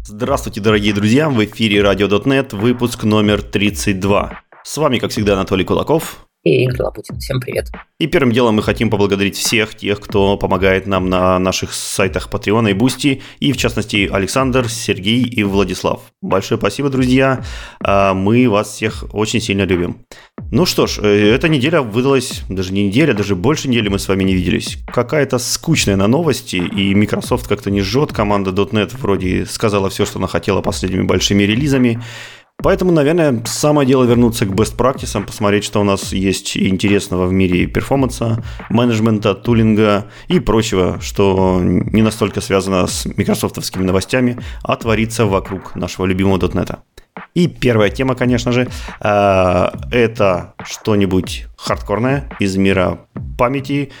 Здравствуйте, дорогие друзья, в эфире Radio.net, выпуск номер 32. С вами, как всегда, Анатолий Кулаков. И Игорь Лапутин. Всем привет. И первым делом мы хотим поблагодарить всех тех, кто помогает нам на наших сайтах Patreon и Boosty, и в частности Александр, Сергей и Владислав. Большое спасибо, друзья, мы вас всех очень сильно любим. Ну что ж, эта неделя выдалась, даже не неделя, даже больше недели мы с вами не виделись. Какая-то скучная на новости, и Microsoft как-то не жжет, команда .NET вроде сказала все, что она хотела последними большими релизами. Поэтому, наверное, самое дело вернуться к best practices, посмотреть, что у нас есть интересного в мире перформанса, менеджмента, тулинга и прочего, что не настолько связано с микрософтовскими новостями, а творится вокруг нашего любимого .NET. И первая тема, конечно же, это что-нибудь хардкорное из мира памяти,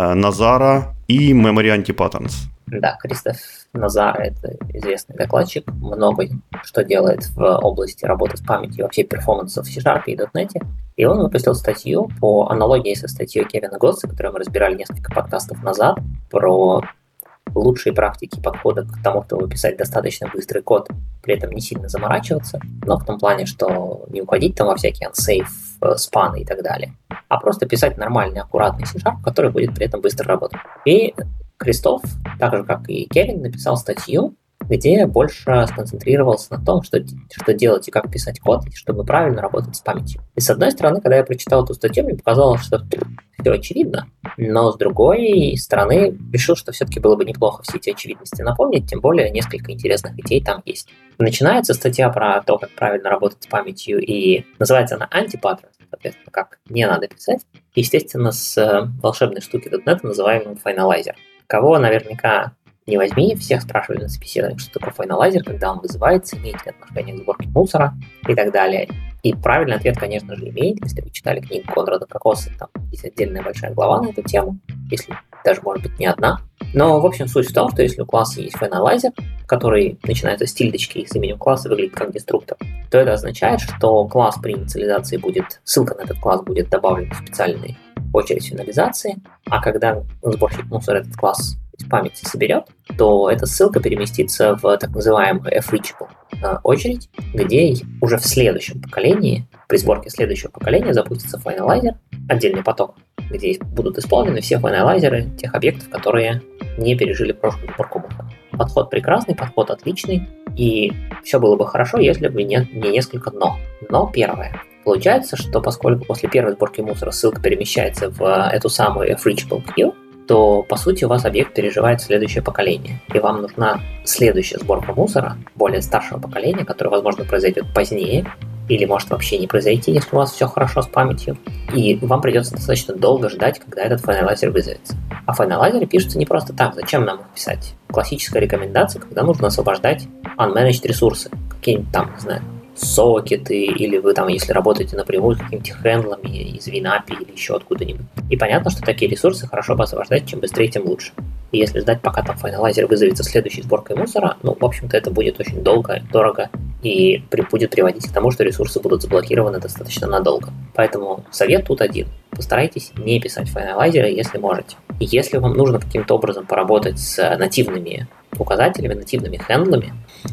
Назара и Memory Anti-Patterns. Да, Кристоф Назар – это известный докладчик, много что делает в области работы с памятью, вообще перформанса в C# и .NET. И он выпустил статью по аналогии со статьей Кевина Готса, которую мы разбирали несколько подкастов назад, про лучшие практики подхода к тому, чтобы писать достаточно быстрый код, при этом не сильно заморачиваться, но в том плане, что не уходить там во всякие unsafe, спаны и так далее, а просто писать нормальный, аккуратный C#, который будет при этом быстро работать. И Кристоф, так же как и Кевин, написал статью, где больше сконцентрировался на том, что делать и как писать код, чтобы правильно работать с памятью. И с одной стороны, когда я прочитал эту статью, мне показалось, что все очевидно, но с другой стороны, решил, что все-таки было бы неплохо все эти очевидности напомнить, тем более несколько интересных идей там есть. Начинается статья про то, как правильно работать с памятью, и называется она Anti-Patterns, соответственно, как не надо писать, естественно, с волшебной штуки .NET, называемым Finalizer. Кого наверняка не возьми, всех спрашивали на собеседовании, что такое Finalizer, когда он вызывается, имеет ли отношение к сборке мусора и так далее. И правильный ответ, конечно же, имеет. Если вы читали книгу Конрада Кокоса, там есть отдельная большая глава на эту тему, если даже, может быть, не одна. Но, в общем, суть в том, что если у класса есть Finalizer, который начинается с тильдочки и с именем класса выглядит как деструктор, то это означает, что класс при инициализации будет, ссылка на этот класс будет добавлена в специальный очередь финализации, а когда сборщик мусора этот класс из памяти соберет, то эта ссылка переместится в так называемую f-reachable очередь, где уже в следующем поколении, при сборке следующего поколения запустится файналайзер, отдельный поток, где будут исполнены все файналайзеры тех объектов, которые не пережили прошлую сборку мусора. Подход прекрасный, подход отличный, и все было бы хорошо, если бы не несколько «но». Но первое. Получается, что поскольку после первой сборки мусора ссылка перемещается в эту самую f-reachable queue, то, по сути, у вас объект переживает следующее поколение, и вам нужна следующая сборка мусора, более старшего поколения, которое, возможно, произойдет позднее, или может вообще не произойти, если у вас все хорошо с памятью, и вам придется достаточно долго ждать, когда этот файналайзер вызовется. А файналайзеры пишутся не просто так, зачем нам их писать? Классическая рекомендация, когда нужно освобождать unmanaged ресурсы, какие-нибудь там, не знаю, сокеты, или вы там, если работаете напрямую с какими-то хендлами из WinAPI или еще откуда-нибудь. И понятно, что такие ресурсы хорошо бы освобождать, чем быстрее, тем лучше. И если ждать, пока там файналайзер вызовется следующей сборкой мусора, ну, в общем-то, это будет очень долго, дорого и будет приводить к тому, что ресурсы будут заблокированы достаточно надолго. Поэтому совет тут один. Постарайтесь не писать файналайзеры, если можете. И если вам нужно каким-то образом поработать с нативными указателями, нативными хендлами,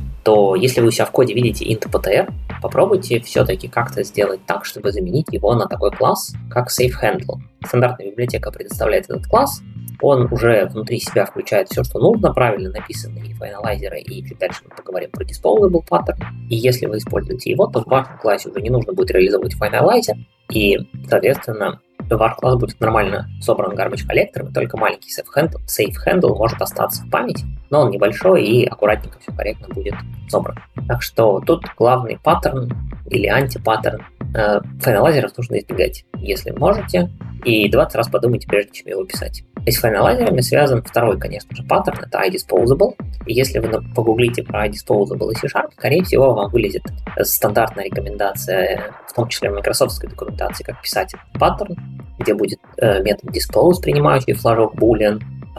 то если вы у себя в коде видите int.ptr, попробуйте все-таки как-то сделать так, чтобы заменить его на такой класс, как SafeHandle. Стандартная библиотека предоставляет этот класс, он уже внутри себя включает все, что нужно, правильно написанные и файналайзеры, и чуть дальше мы поговорим про disposable pattern. И если вы используете его, то в вашем классе уже не нужно будет реализовывать файналайзер, и, соответственно, ваш класс будет нормально собран garbage коллектором, и только маленький SafeHandle может остаться в памяти, но он небольшой и аккуратненько все корректно будет собран. Так что тут главный паттерн или антипаттерн. Файналайзеров нужно избегать, если можете, и 20 раз подумайте, прежде чем его писать. С файналайзерами связан второй, конечно же, паттерн, это iDisposable. И если вы погуглите про iDisposable и C#, скорее всего, вам вылезет стандартная рекомендация, в том числе в микрософтской документации, как писать этот паттерн, где будет метод dispose, принимающий флажок boolean,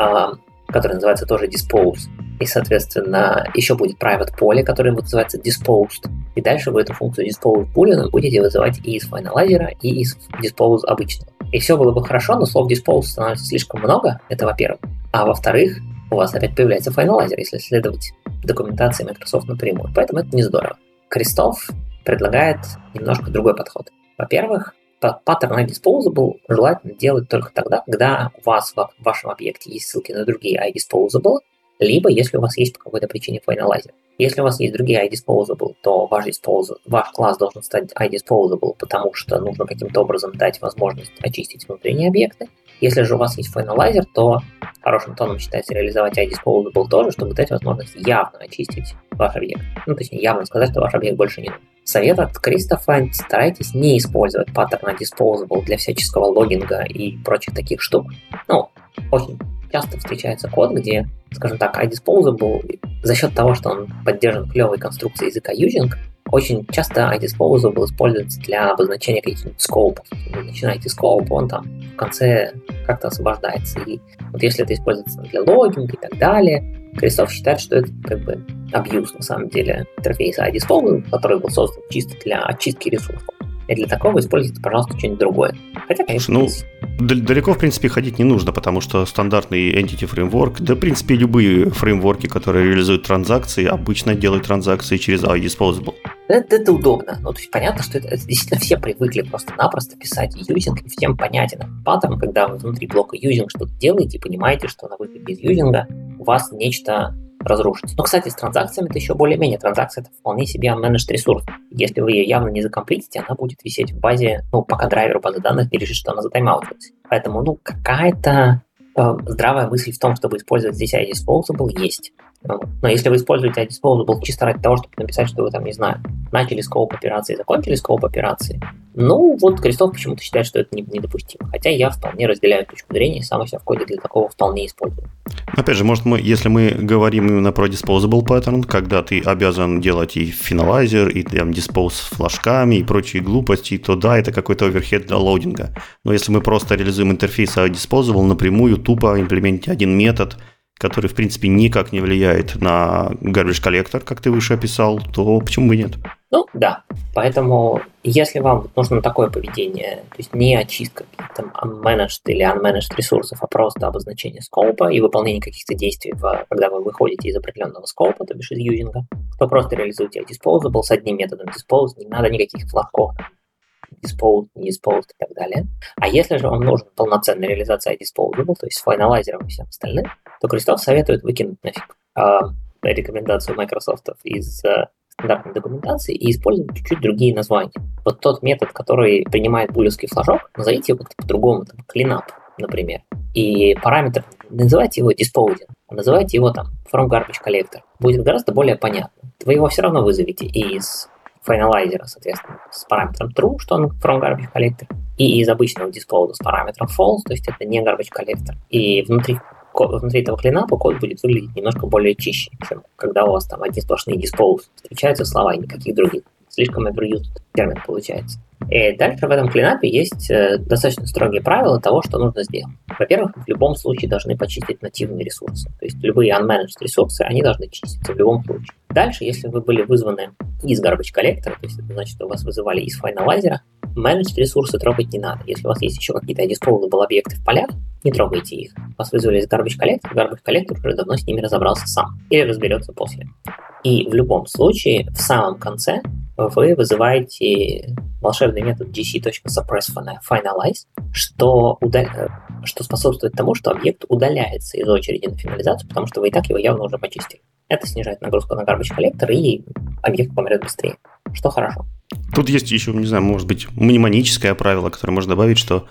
который называется тоже dispose. И, соответственно, еще будет private поле, которое называется disposed. И дальше вы эту функцию dispose boolean будете вызывать и из файналайзера, и из dispose обычного. И все было бы хорошо, но слов dispose становится слишком много, это во-первых. А во-вторых, у вас опять появляется файналайзер, если следовать документации Microsoft напрямую. Поэтому это не здорово. Крестов предлагает немножко другой подход. Во-первых, паттерн iDisposable желательно делать только тогда, когда у вас в вашем объекте есть ссылки на другие iDisposable, либо если у вас есть по какой-то причине файналайзер. Если у вас есть другие iDisposable, то ваш класс должен стать iDisposable, потому что нужно каким-то образом дать возможность очистить внутренние объекты. Если же у вас есть файналайзер, то хорошим тоном считается реализовать iDisposable тоже, чтобы дать возможность явно очистить ваш объект. Точнее, явно сказать, что ваш объект больше не нужен. Совет от Кристофа: старайтесь не использовать паттерн iDisposable для всяческого логинга и прочих таких штук. Очень часто встречается код, где, скажем так, iDisposable за счет того, что он поддержан клевой конструкцией языка using, очень часто iDisposable используется для обозначения каких-нибудь скоупов. Вы начинаете скоуп, он там в конце как-то освобождается. И вот если это используется для логинга и так далее, Крестов считает, что это как бы абьюз на самом деле интерфейса iDisposable, который был создан чисто для очистки ресурсов. И для такого используйте, пожалуйста, что-нибудь другое. Хотя, конечно, далеко, в принципе, ходить не нужно, потому что стандартный Entity Framework, да, в принципе, любые фреймворки, которые реализуют транзакции, обычно делают транзакции через iDisposable. Это удобно. То есть понятно, что это действительно все привыкли просто-напросто писать using, и всем понятен паттерн, когда вы внутри блока using что-то делаете и понимаете, что на выходе из using у вас нечто разрушится. Но, кстати, с транзакциями это еще более-менее. Транзакция — это вполне себе unmanaged ресурс. Если вы ее явно не закомплитите, она будет висеть в базе, пока драйвер базы данных не решит, что она затаймаутилась. Поэтому, какая-то здравая мысль в том, чтобы использовать здесь iDisposable, есть. Но если вы используете iDisposable чисто ради того, чтобы написать, что вы там, не знаю, начали скоуп операции, закончили скоуп операции, Крестов почему-то считает, что это недопустимо. Хотя я вполне разделяю точку зрения, сам себя в коде для такого вполне использую. Опять же, может, если мы говорим именно про disposable pattern, когда ты обязан делать и финалайзер, и там dispose с флажками, и прочие глупости, то да, это какой-то оверхед для лоудинга. Но если мы просто реализуем интерфейс disposable, напрямую тупо имплементить один метод, который, в принципе, никак не влияет на garbage collector, как ты выше описал, то почему бы и нет? Да. Поэтому, если вам нужно такое поведение, то есть не очистка каких-то managed или unmanaged ресурсов, а просто обозначение скоупа и выполнение каких-то действий, когда вы выходите из определенного скоупа, то бишь из юзинга, то просто реализуйте iDisposable с одним методом dispose, не надо никаких флажков, dispose, не dispose и так далее. А если же вам нужна полноценная реализация iDisposable, то есть с файналайзером и всем остальным, то Крестов советует выкинуть нафиг рекомендацию Microsoft из стандартной документации и использовать чуть-чуть другие названия. Вот тот метод, который принимает булевский флажок, назовите его как-то по-другому, cleanup, например. И параметр, называйте его disposing, а называйте его from garbage collector. Будет гораздо более понятно. Вы его все равно вызовете из файналайзера, соответственно, с параметром true, что он from garbage collector, и из обычного dispose с параметром false, то есть это не garbage collector. И внутри этого клинапа код будет выглядеть немножко более чище, чем когда у вас там одни сплошные dispose встречаются слова и никаких других. Слишком overused термин получается. И дальше в этом клинапе есть достаточно строгие правила того, что нужно сделать. Во-первых, в любом случае должны почистить нативные ресурсы. То есть любые unmanaged ресурсы, они должны чиститься в любом случае. Дальше, если вы были вызваны из garbage collector, то есть это значит, что вас вызывали из файналайзера, managed ресурсы трогать не надо. Если у вас есть еще какие-то disposable объекты в полях, не трогайте их. Вас вызвали из garbage collector уже давно с ними разобрался сам. Или разберется после. И в любом случае, в самом конце вы вызываете волшебный метод gc.suppressFinalize, что способствует тому, что объект удаляется из очереди на финализацию, потому что вы и так его явно уже почистили. Это снижает нагрузку на garbage collector, и объект помрет быстрее, что хорошо. Тут есть еще, не знаю, может быть, мнемоническое правило, которое можно добавить, что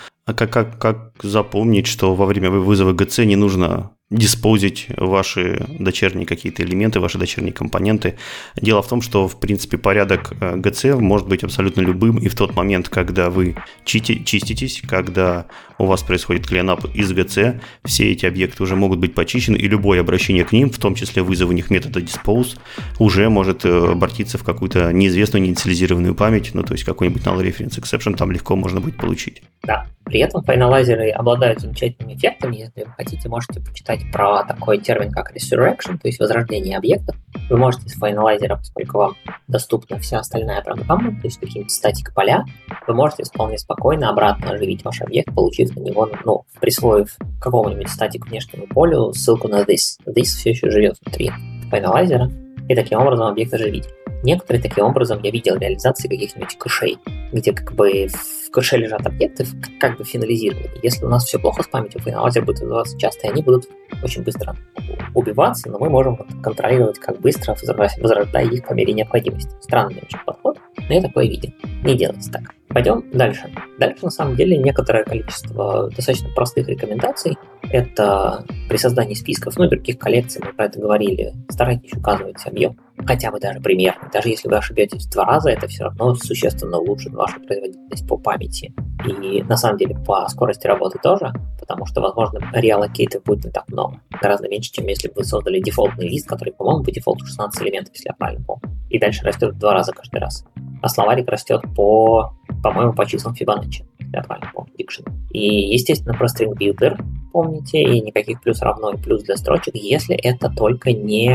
как запомнить, что во время вызова GC не нужно диспозить ваши дочерние какие-то элементы, ваши дочерние компоненты. Дело в том, что, в принципе, порядок GC может быть абсолютно любым, и в тот момент, когда вы чиститесь, когда у вас происходит клинап из GC, все эти объекты уже могут быть почищены, и любое обращение к ним, в том числе вызов у них метода dispose, уже может обратиться в какую-то неизвестную, неинициализированную память, то есть какой-нибудь null reference exception там легко можно будет получить. Да, при этом файналайзеры обладают замечательными эффектами. Если вы хотите, можете почитать про такой термин, как resurrection, то есть возрождение объектов. вы можете из файналайзера, поскольку вам доступна вся остальная программа, то есть какие-нибудь статик-поля, вы можете вполне спокойно обратно оживить ваш объект, получив на него, присвоив какому-нибудь статик внешнему полю ссылку на this. This все еще живет внутри файналайзера, и таким образом объект оживить. Некоторые таким образом я видел реализации каких-нибудь кэшей, где как бы в кэше лежат объекты как бы финализированы. Если у нас все плохо с памятью, файналайзер будет вызываться часто, и они будут очень быстро убиваться, но мы можем контролировать, как быстро возрождая их по мере необходимости. Странный очень подход, но я такое видел. Не делайте так. Пойдем дальше. Дальше, на самом деле, некоторое количество достаточно простых рекомендаций. Это при создании списков, и других коллекций, мы про это говорили, старайтесь указывать объем, хотя бы даже примерно. Даже если вы ошибетесь в 2 раза, это все равно существенно улучшит вашу производительность по памяти. И на самом деле по скорости работы тоже, потому что, возможно, реаллокейтов будет не так много. Гораздо меньше, чем если бы вы создали дефолтный лист, который, по-моему, по дефолту 16 элементов, если я правильно помню. И дальше растет в 2 раза каждый раз. А словарик растет по-моему, по числам Фибоначчи, если я правильно помню, Diction. И, естественно, про string builder помните, и никаких плюс равно и плюс для строчек, если это только не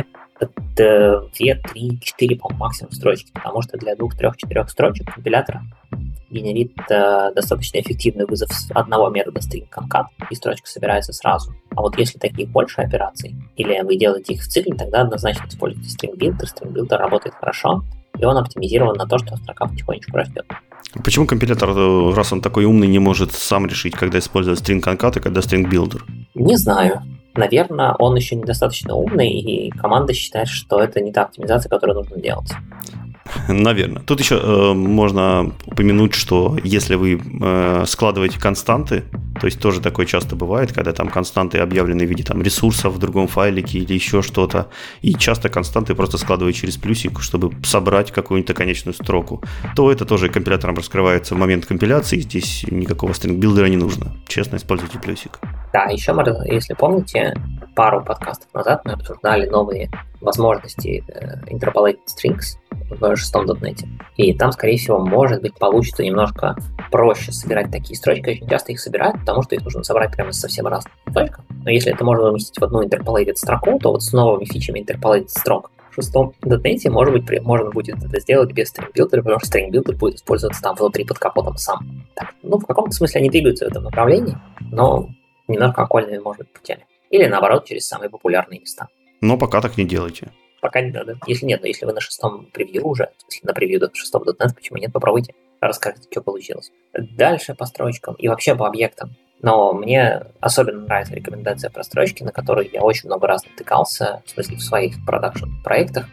2, 3, 4, по-моему, максимум строчки, потому что для 2, 3, 4 строчек компилятор генерит достаточно эффективный вызов с одного метода string concat, и строчка собирается сразу. А вот если таких больше операций, или вы делаете их в цикле, тогда однозначно используйте string builder. String builder работает хорошо, и он оптимизирован на то, что строка потихонечку растет. Почему компилятор, раз он такой умный, не может сам решить, когда использовать string concat и когда string builder? Не знаю. Наверное, он еще недостаточно умный, и команда считает, что это не та оптимизация, которую нужно делать. Наверное. Тут еще можно упомянуть, что если вы складываете константы, то есть тоже такое часто бывает, когда там константы объявлены в виде там ресурсов в другом файлике или еще что-то, и часто константы просто складывают через плюсик, чтобы собрать какую-нибудь конечную строку, то это тоже компилятором раскрывается в момент компиляции, здесь никакого string-билдера не нужно. Честно, используйте плюсик. Да, еще, если помните, пару подкастов назад мы обсуждали новые возможности interpolated strings в 6.NET. И там, скорее всего, может быть, получится немножко проще собирать такие строчки. Очень часто их собирают, потому что их нужно собрать прямо из совсем разных строчек. Но если это можно уместить в одну interpolated строку, то вот с новыми фичами interpolated строк в 6.NET, может быть, можно будет это сделать без string builder, потому что string builder будет использоваться там внутри под капотом сам. Так, в каком-то смысле они двигаются в этом направлении, но немножко окольными, может быть, путями. Или, наоборот, через самые популярные места. Но пока так не делайте. Пока не надо. Если вы на 6-м превью уже, если на превью до 6.NET, почему нет, попробуйте, расскажите, что получилось. Дальше по строчкам и вообще по объектам. Но мне особенно нравится рекомендация про строчки, на которую я очень много раз натыкался, в смысле в своих продакшн-проектах.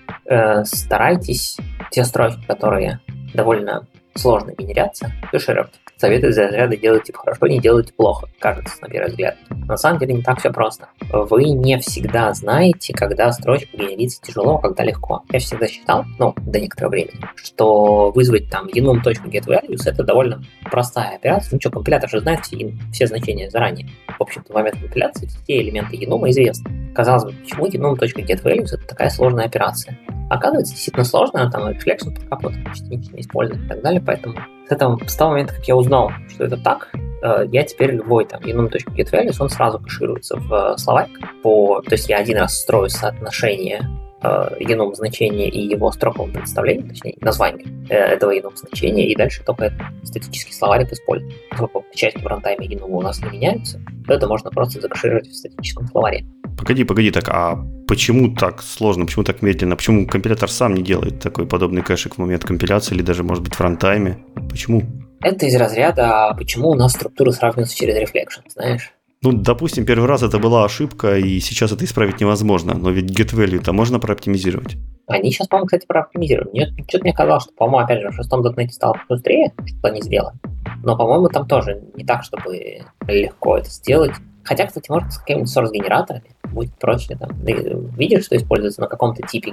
Старайтесь те строчки, которые довольно сложно генерятся, кэшировать. Советы из разряда делайте хорошо, не делайте плохо, кажется, на первый взгляд. На самом деле не так все просто. Вы не всегда знаете, когда строчку генерится тяжело, а когда легко. Я всегда считал, до некоторого времени, что вызвать там enum.getValues это довольно простая операция. Компилятор же знает все значения заранее. В общем-то, в момент компиляции все элементы enum известны. Казалось бы, почему enum.getValues это такая сложная операция? Оказывается, действительно сложно, там reflection под капотом частично использовать и так далее, поэтому с того момента, как я узнал, что это так, я теперь любой там enum.getValues, он сразу кэшируется в словарик. То есть я один раз строю соотношение enum значения и его строкового представления, точнее название этого enum значения, и дальше только статический словарик использую. Поскольку части в рантайме enum у нас не меняются, то это можно просто закэшировать в статическом словаре. Погоди, так, а почему так сложно, почему так медленно? Почему компилятор сам не делает такой подобный кэшик в момент компиляции или даже, может быть, в рантайме? Почему? Это из разряда, почему у нас структуры сравниваются через reflection, знаешь? Допустим, первый раз это была ошибка, и сейчас это исправить невозможно, но ведь getValue-то можно прооптимизировать. Они сейчас, по-моему, кстати, прооптимизировали. Что-то мне казалось, что, по-моему, опять же, в 6.NET стало быстрее, что они сделали. Но, по-моему, там тоже не так, чтобы легко это сделать. Хотя, кстати, может, с какими-нибудь source-генераторами будет проще. Видишь, что используется на каком-то типе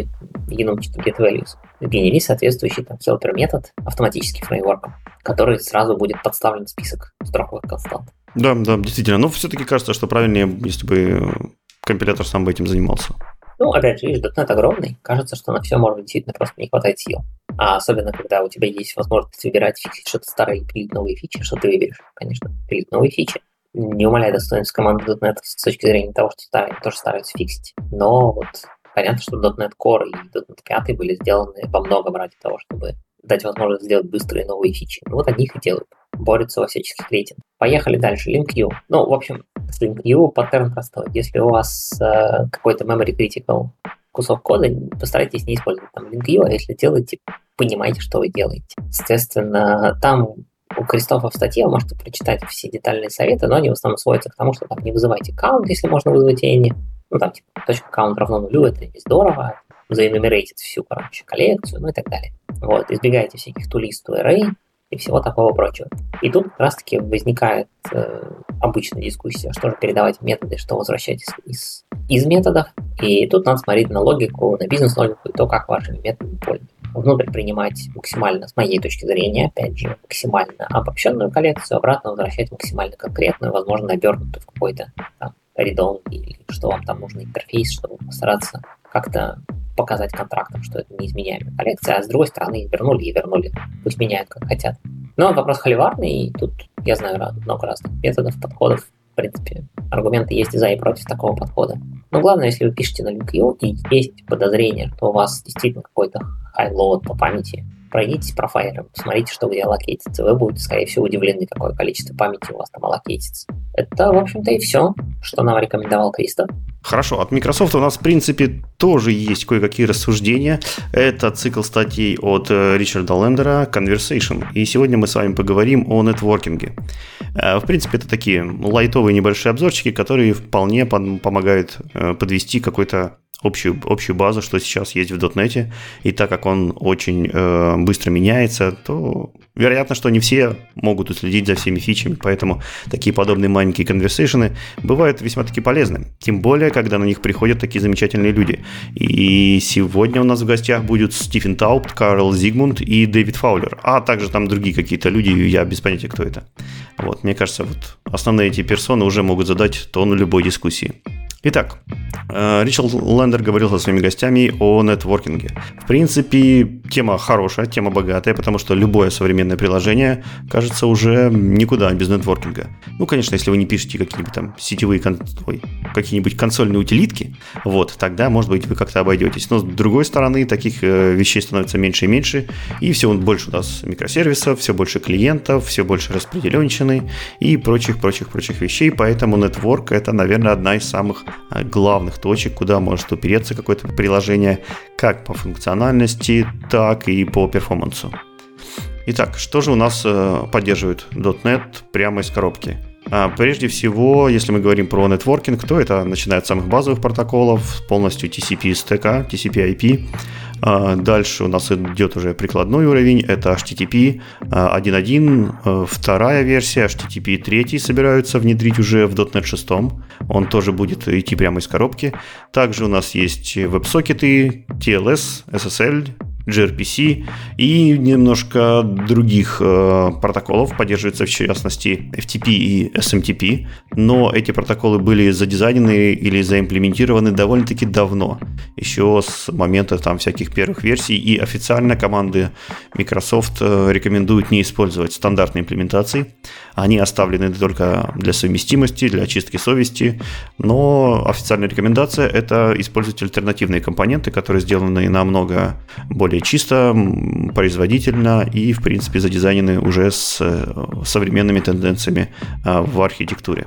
enum.getValues? Генери соответствующий helper метод автоматически фреймворком, который сразу будет подставлен в список строковых констант. Да, действительно. Но все-таки кажется, что правильнее, если бы компилятор сам бы этим занимался. Опять же, видишь, .NET огромный. Кажется, что на все, может быть, действительно просто не хватает сил. А особенно, когда у тебя есть возможность выбирать, фиксить что-то старое или пилить новые фичи, что ты выберешь, конечно, пилить новые фичи. Не умаляя достоинств команды .NET с точки зрения того, что тоже стараются фиксить. Но Понятно, что .NET Core и .NET 5 были сделаны во многом ради того, чтобы дать возможность сделать быстрые новые фичи. Вот они их и делают. Борются во всяческих рейтингах. Поехали дальше. LinkU. В общем, с LinkU паттерн простой. Если у вас какой-то memory critical кусок кода, постарайтесь не использовать там LinkU, а если делаете, понимаете, что вы делаете. Соответственно, там у Кристофа в статье вы можете прочитать все детальные советы, но они в основном сводятся к тому, что там не вызывайте count, если можно вызвать any. .count равно нулю, это не здорово. Заэнумерейтить всю, коллекцию, и так далее. Избегайте всяких to-list, to-array и всего такого прочего. И тут как раз-таки возникает обычная дискуссия, что же передавать методы, что возвращать из методов. И тут надо смотреть на логику, на бизнес-логику и то, как вашими методами пользоваться. Внутрь принимать максимально, с моей точки зрения, опять же, максимально обобщенную коллекцию, обратно возвращать максимально конкретную, возможно, обернутую в какой-то read-on или что вам там нужно интерфейс, чтобы постараться как-то показать контрактам, что это неизменяемая коллекция, а с другой стороны вернули, пусть меняют как хотят. Но вопрос холиварный, и тут я знаю много разных методов, подходов. В принципе, аргументы есть и за, и против такого подхода. Но главное, если вы пишете на LinkU и есть подозрение, что у вас действительно какой-то high-load по памяти, пройдитесь профайлером, посмотрите, что где аллокейтится. Вы будете, скорее всего, удивлены, какое количество памяти у вас там аллокейтится. Это, в общем-то, и все, что нам рекомендовал Кристо. Хорошо, от Microsoft у нас, в принципе, тоже есть кое-какие рассуждения. Это цикл статей от Ричарда Лендера «Conversation». И сегодня мы с вами поговорим о нетворкинге. В принципе, это такие лайтовые небольшие обзорчики, которые вполне помогают подвести какой-то общую базу, что сейчас есть в .NET, и так как он очень быстро меняется, то вероятно, что не все могут уследить за всеми фичами, поэтому такие подобные маленькие конверсейшены бывают весьма-таки полезны, тем более, когда на них приходят такие замечательные люди. И сегодня у нас в гостях будут Стивен Таубт, Карл Зигмунд и Дэвид Фаулер, а также там другие какие-то люди, я без понятия, кто это. Мне кажется, основные эти персоны уже могут задать тон любой дискуссии. Итак, Ричард Лендер говорил со своими гостями о нетворкинге. В принципе, тема хорошая, тема богатая, потому что любое современное приложение, кажется, уже никуда без нетворкинга. Конечно, если вы не пишете какие-нибудь там сетевые, какие-нибудь консольные утилитки, тогда, может быть, вы как-то обойдетесь. Но с другой стороны, таких вещей становится меньше и меньше, и все больше у нас микросервисов, все больше клиентов, все больше распределенщины и прочих вещей, поэтому нетворк — это, наверное, одна из самых главных точек, куда может упереться какое-то приложение как по функциональности, так и по перформансу. Итак, что же у нас поддерживает .NET прямо из коробки? Прежде всего, если мы говорим про нетворкинг, то это начиная от самых базовых протоколов, полностью TCP стека, TCP/IP. Дальше у нас идет уже прикладной уровень, это HTTP 1.1, вторая версия, HTTP 3 собираются внедрить уже в .NET 6, он тоже будет идти прямо из коробки. Также у нас есть веб-сокеты, TLS, SSL, gRPC и немножко других протоколов поддерживается, в частности FTP и SMTP, но эти протоколы были задизайнены или заимплементированы довольно-таки давно, еще с момента там всяких первых версий, и официально команды Microsoft рекомендуют не использовать стандартные имплементации, они оставлены только для совместимости, для очистки совести, но официальная рекомендация — это использовать альтернативные компоненты, которые сделаны намного более чисто, производительно и, в принципе, задизайнены уже с современными тенденциями в архитектуре.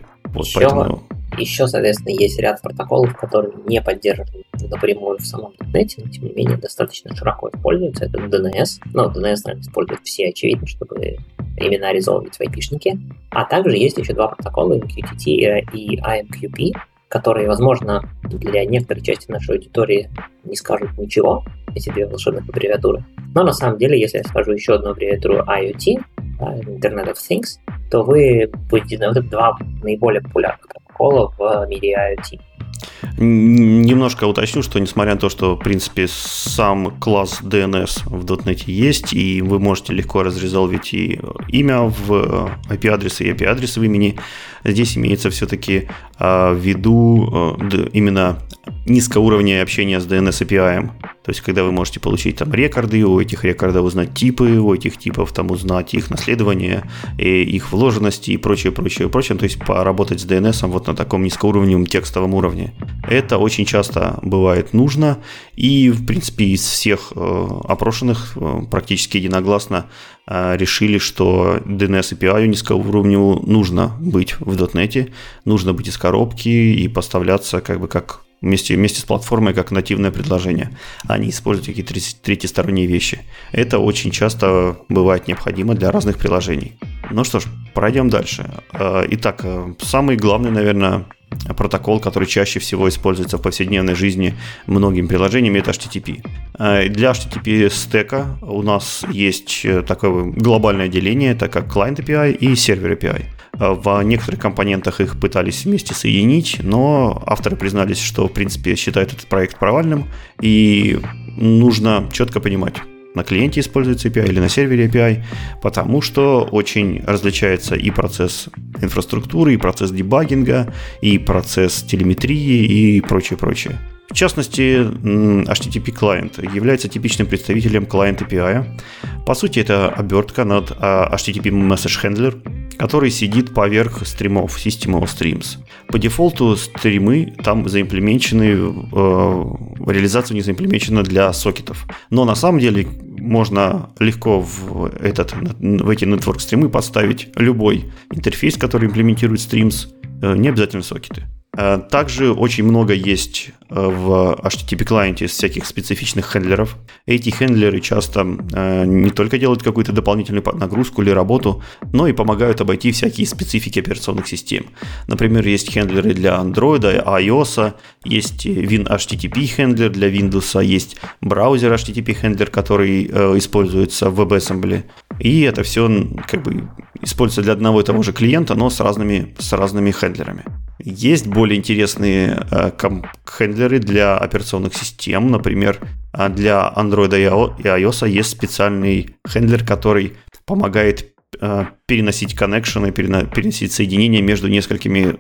Еще, соответственно, есть ряд протоколов, которые не поддерживают напрямую в самом .NET, но, тем не менее, достаточно широко используются. Это DNS. DNS, наверное, используют все, очевидно, чтобы именно резолвить в IP-шнике. А также есть еще два протокола, MQTT и IMQP, которые, возможно, для некоторой части нашей аудитории не скажут ничего, эти две волшебных аббревиатуры. Но на самом деле, если я скажу еще одну аббревиатуру IoT, Internet of Things, то вы будете на два наиболее популярных протокола в мире IoT. Немножко уточню, что несмотря на то, что, в принципе, сам класс DNS в .NET есть, и вы можете легко разрезолвить и имя в IP-адресы, и IP-адрес в имени, здесь имеется все-таки в виду именно низкоуровневое общение с DNS API. То есть, когда вы можете получить там рекорды, у этих рекордов узнать типы, у этих типов там узнать их наследование, их вложенности и прочее. То есть, поработать с DNS вот на таком низкоуровневом текстовом уровне. Это очень часто бывает нужно. И, в принципе, из всех опрошенных практически единогласно решили, что DNS API низкоуровневому нужно быть в .NET, нужно быть из коробки и поставляться как вместе с платформой как нативное предложение, а не использовать какие-то третьесторонние вещи. Это очень часто бывает необходимо для разных приложений. Ну что ж, пройдем дальше. Итак, самый главный, наверное, протокол, который чаще всего используется в повседневной жизни многими приложениями, это HTTP. Для HTTP стека у нас есть такое глобальное деление, это как Client API и Server API. В некоторых компонентах их пытались вместе соединить, но авторы признались, что, в принципе, считают этот проект провальным, и нужно четко понимать, на клиенте используется API или на сервере API, потому что очень различается и процесс инфраструктуры, и процесс дебагинга, и процесс телеметрии и прочее. В частности, HTTP клиент является типичным представителем Client API. По сути, это обертка над HTTP Message Handler, который сидит поверх стримов, System of Streams. По дефолту стримы там заимплементированы, реализация не заимплементирована для сокетов. Но на самом деле можно легко в эти network стримы подставить любой интерфейс, который имплементирует streams, не обязательно сокеты. Также очень много есть в HTTP клиенте всяких специфичных хендлеров. Эти хендлеры часто не только делают какую-то дополнительную нагрузку или работу, но и помогают обойти всякие специфики операционных систем. Например, есть хендлеры для Android, iOS, есть WinHTTP хендлер для Windows, есть браузер HTTP хендлер, который используется в WebAssembly. И это все используется для одного и того же клиента, но с разными хендлерами. Есть более интересные хендлеры для операционных систем. Например, для Android и iOS есть специальный хендлер, который помогает переносить коннекшены, переносить соединения между несколькими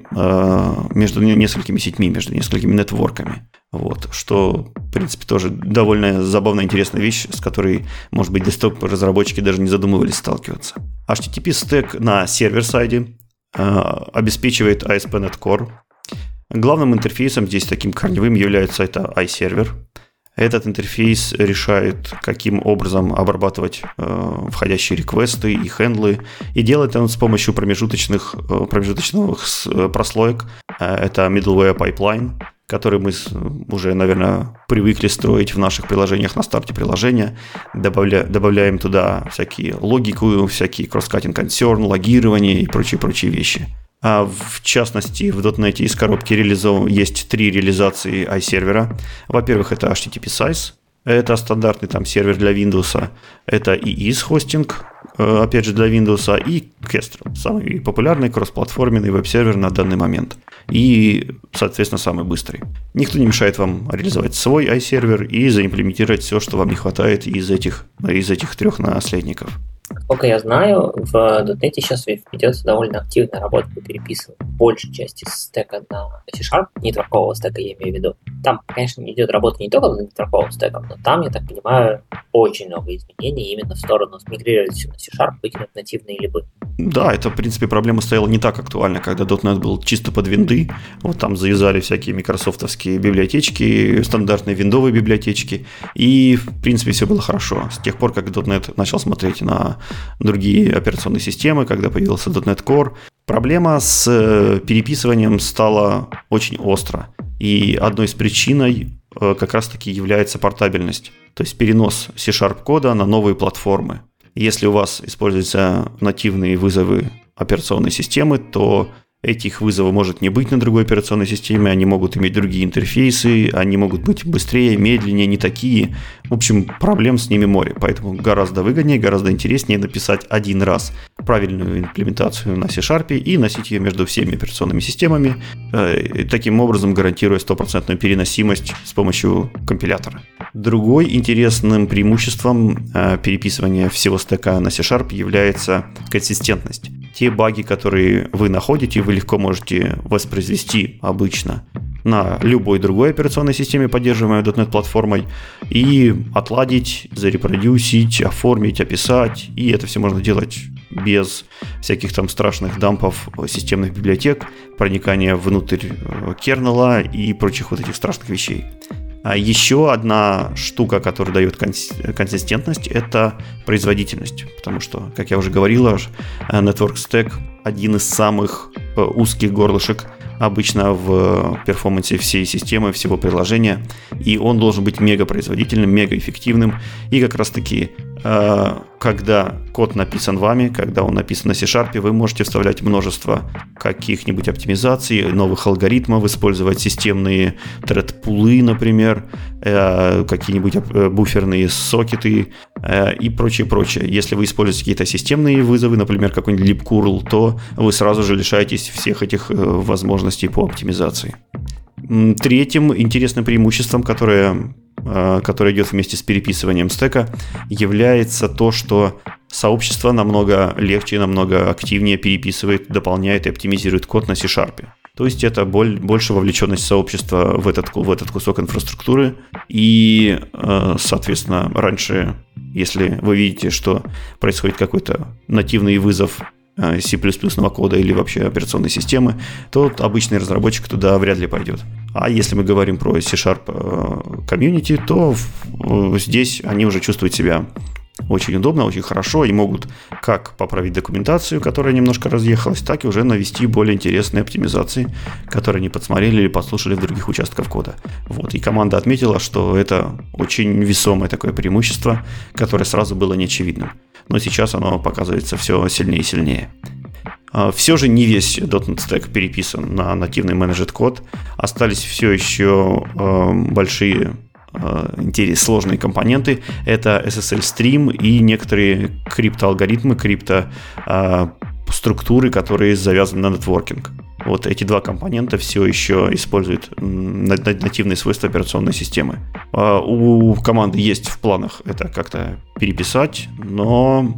сетьми, между несколькими нетворками. Вот, что, в принципе, тоже довольно забавная, интересная вещь, с которой, может быть, десктоп-разработчики даже не задумывались сталкиваться. HTTP стек на сервер-сайде обеспечивает ASP.NET Core. Главным интерфейсом здесь таким корневым является это iServer. Этот интерфейс решает, каким образом обрабатывать входящие реквесты и хендлы. И делает он с помощью промежуточных прослоек. Это middleware pipeline, который мы уже, наверное, привыкли строить в наших приложениях на старте приложения. Добавляем туда всякие логику, всякие cross-cutting concern, логирование и прочие вещи. А в частности, в .NET из коробки есть 3 реализации iServer. Во-первых, это HTTP Size. Это стандартный там сервер для Windows. Это EES хостинг, опять же для Windows. И Kestrel, самый популярный кроссплатформенный веб-сервер на данный момент. И, соответственно, самый быстрый. Никто не мешает вам реализовать свой iServer и заимплементировать все, что вам не хватает из этих 3 наследников. Насколько я знаю, в .NET сейчас ведется довольно активная работа по переписыванию большей части стека на C#, нетворкового стека я имею в виду. Там, конечно, идет работа не только над нетворковым стеком, но там, я так понимаю, очень много изменений именно в сторону смигрировать все на C#, выкинуть нативные либы. Да, это, в принципе, проблема стояла не так актуальна, когда .NET был чисто под винды. Вот там завязали всякие микрософтовские библиотечки, стандартные виндовые библиотечки, и, в принципе, все было хорошо. С тех пор, как .NET начал смотреть на другие операционные системы, когда появился .NET Core, проблема с переписыванием стала очень остро. И одной из причин как раз-таки является портабельность, то есть перенос C# на новые платформы. Если у вас используются нативные вызовы операционной системы, то этих вызовов может не быть на другой операционной системе, они могут иметь другие интерфейсы, они могут быть быстрее, медленнее, не такие. В общем, проблем с ними море, поэтому гораздо выгоднее, гораздо интереснее написать один раз правильную имплементацию на C# и носить ее между всеми операционными системами, таким образом гарантируя 100% переносимость с помощью компилятора. Другой интересным преимуществом переписывания всего стека на C# является консистентность. Те баги, которые вы находите в вы легко можете воспроизвести обычно на любой другой операционной системе, поддерживаемой .NET платформой, и отладить, зарепродюсить, оформить, описать. И это все можно делать без всяких там страшных дампов системных библиотек, проникания внутрь кернела и прочих вот этих страшных вещей. А еще одна штука, которая дает консистентность, это производительность. Потому что, как я уже говорил, Network Stack один из самых узких горлышек обычно в перформансе всей системы, всего приложения. И он должен быть мега производительным, мега эффективным. И как раз таки, когда код написан вами, когда он написан на C-Sharp, вы можете вставлять множество каких-нибудь оптимизаций, новых алгоритмов, использовать системные thread-пулы, например, какие-нибудь буферные сокеты и прочее. Если вы используете какие-то системные вызовы, например, какой-нибудь libcurl, то вы сразу же лишаетесь всех этих возможностей по оптимизации. Третьим интересным преимуществом, которое идет вместе с переписыванием стека, является то, что сообщество намного легче, намного активнее переписывает, дополняет и оптимизирует код на C-Sharp. То есть это больше вовлеченность сообщества в этот кусок инфраструктуры. И, соответственно, раньше, если вы видите, что происходит какой-то нативный вызов C++ кода или вообще операционной системы, то обычный разработчик туда вряд ли пойдет. А если мы говорим про C# комьюнити, то здесь они уже чувствуют себя очень удобно, очень хорошо и могут как поправить документацию, которая немножко разъехалась, так и уже навести более интересные оптимизации, которые они подсмотрели или послушали в других участках кода. Вот. И команда отметила, что это очень весомое такое преимущество, которое сразу было неочевидным. Но сейчас оно показывается все сильнее и сильнее. Все же не весь .NET Stack переписан на нативный managed код. Остались все еще большие сложные компоненты. Это SSL Stream и некоторые криптоалгоритмы, криптоструктуры, которые завязаны на нетворкинг. Вот эти два компонента все еще используют нативные свойства операционной системы. У команды есть в планах это как-то переписать, но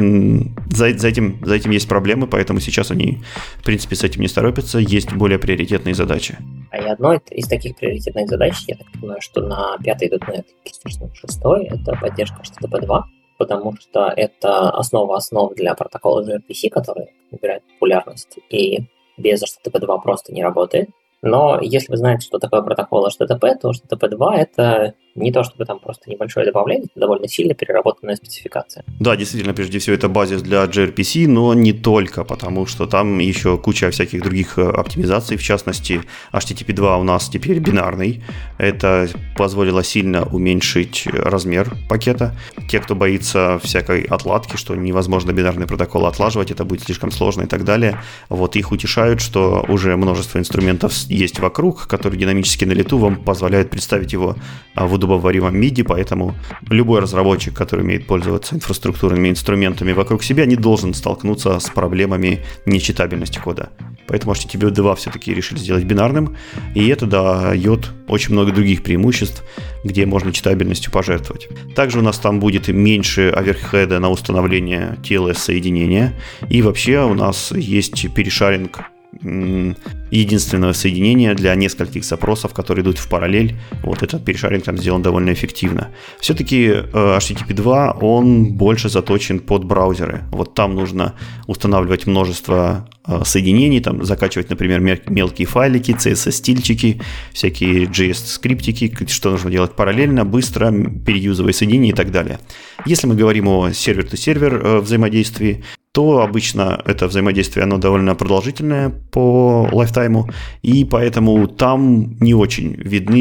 за этим есть проблемы, поэтому сейчас они, в принципе, с этим не торопятся. Есть более приоритетные задачи. И одной из таких приоритетных задач, я так понимаю, что на 5-й .NET, естественно, 6-й, это поддержка HTTP 2, потому что это основа основ для протокола gRPC, который набирает популярность, и без HTTP 2 просто не работает. Но если вы знаете, что такое протокол HTTP, то HTTP 2 это не то, чтобы там просто небольшое добавление, это довольно сильно переработанная спецификация. Да, действительно, прежде всего, это базис для gRPC, но не только, потому что там еще куча всяких других оптимизаций, в частности, HTTP 2 у нас теперь бинарный, это позволило сильно уменьшить размер пакета. Те, кто боится всякой отладки, что невозможно бинарный протокол отлаживать, это будет слишком сложно и так далее, вот их утешают, что уже множество инструментов есть вокруг, которые динамически на лету вам позволяют представить его в удобоваримом MIDI, поэтому любой разработчик, который умеет пользоваться инфраструктурными инструментами вокруг себя, не должен столкнуться с проблемами нечитабельности кода. Поэтому HTTP 2 все-таки решили сделать бинарным, и это дает очень много других преимуществ, где можно читабельностью пожертвовать. Также у нас там будет меньше оверхеда на установление TLS-соединения, и вообще у нас есть перешаринг единственного соединения для нескольких запросов, которые идут в параллель. Вот этот перешаринг там сделан довольно эффективно. Все-таки HTTP 2, он больше заточен под браузеры. Вот там нужно устанавливать множество соединений, там закачивать, например, мелкие файлики, CSS-стильчики, всякие JS-скриптики, что нужно делать параллельно, быстро, переюзывая соединения и так далее. Если мы говорим о сервер-то-сервер взаимодействии, то обычно это взаимодействие, оно довольно продолжительное по лайфтайму, и поэтому там не очень видны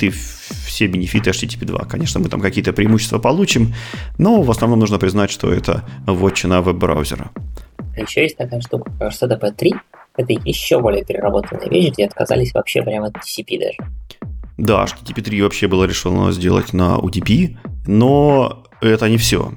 все бенефиты HTTP 2. Конечно, мы там какие-то преимущества получим, но в основном нужно признать, что это вотчина веб-браузера. А еще есть такая штука, как HTTP 3. Это еще более переработанная вещь, где отказались вообще прямо от TCP даже. Да, HTTP 3 вообще было решено сделать на UDP, но это не все.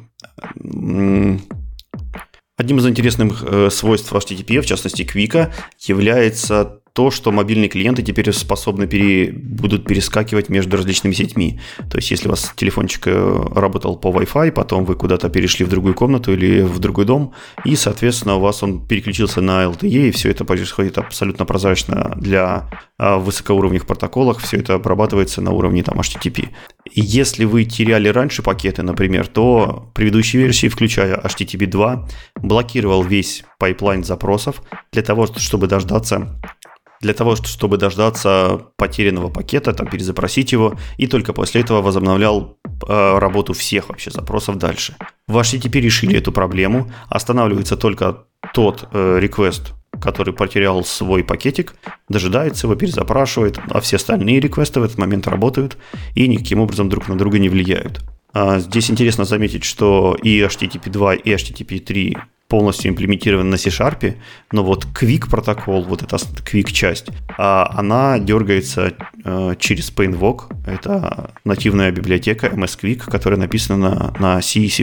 Одним из интересных свойств HTTP, в частности Quick, является то, что мобильные клиенты теперь способны будут перескакивать между различными сетьми. То есть, если у вас телефончик работал по Wi-Fi, потом вы куда-то перешли в другую комнату или в другой дом, и, соответственно, у вас он переключился на LTE, и все это происходит абсолютно прозрачно для высокоуровневых протоколов, все это обрабатывается на уровне там, HTTP. И если вы теряли раньше пакеты, например, то предыдущие версии, включая HTTP 2, блокировал весь пайплайн запросов для того, чтобы дождаться потерянного пакета, там, перезапросить его, и только после этого возобновлял работу всех вообще запросов дальше. В HTTP решили эту проблему, останавливается только тот request, который потерял свой пакетик, дожидается его, перезапрашивает, а все остальные реквесты в этот момент работают и никаким образом друг на друга не влияют. Здесь интересно заметить, что и HTTP 2, и HTTP 3 полностью имплементированы на C#, но вот Quick протокол, вот эта Quick часть, она дергается через PaintVoc. Это нативная библиотека MS Quick, которая написана на C и C++.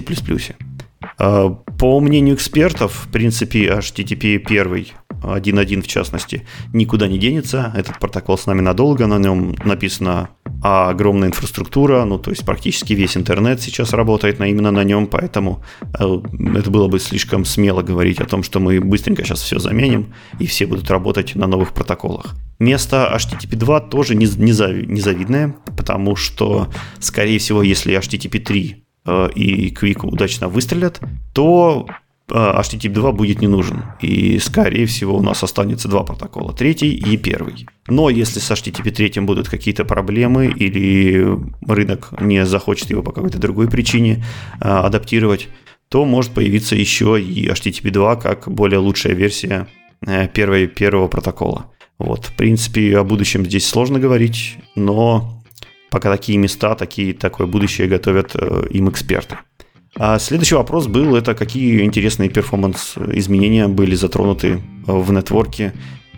По мнению экспертов, в принципе, HTTP 1.1 в частности, никуда не денется. Этот протокол с нами надолго, на нем написана огромная инфраструктура, ну, то есть практически весь интернет сейчас работает именно на нем, поэтому это было бы слишком смело говорить о том, что мы быстренько сейчас все заменим, и все будут работать на новых протоколах. Место HTTP 2 тоже незавидное, потому что, скорее всего, если HTTP 3 и Quick удачно выстрелят, то HTTP 2 будет не нужен. И, скорее всего, у нас останется два протокола, третий и первый. Но если с HTTP 3 будут какие-то проблемы или рынок не захочет его по какой-то другой причине адаптировать, то может появиться еще и HTTP 2 как более лучшая версия первого протокола. Вот. В принципе, о будущем здесь сложно говорить, но пока такие места, такое будущее готовят им эксперты. А следующий вопрос был, это какие интересные перформанс-изменения были затронуты в нетворке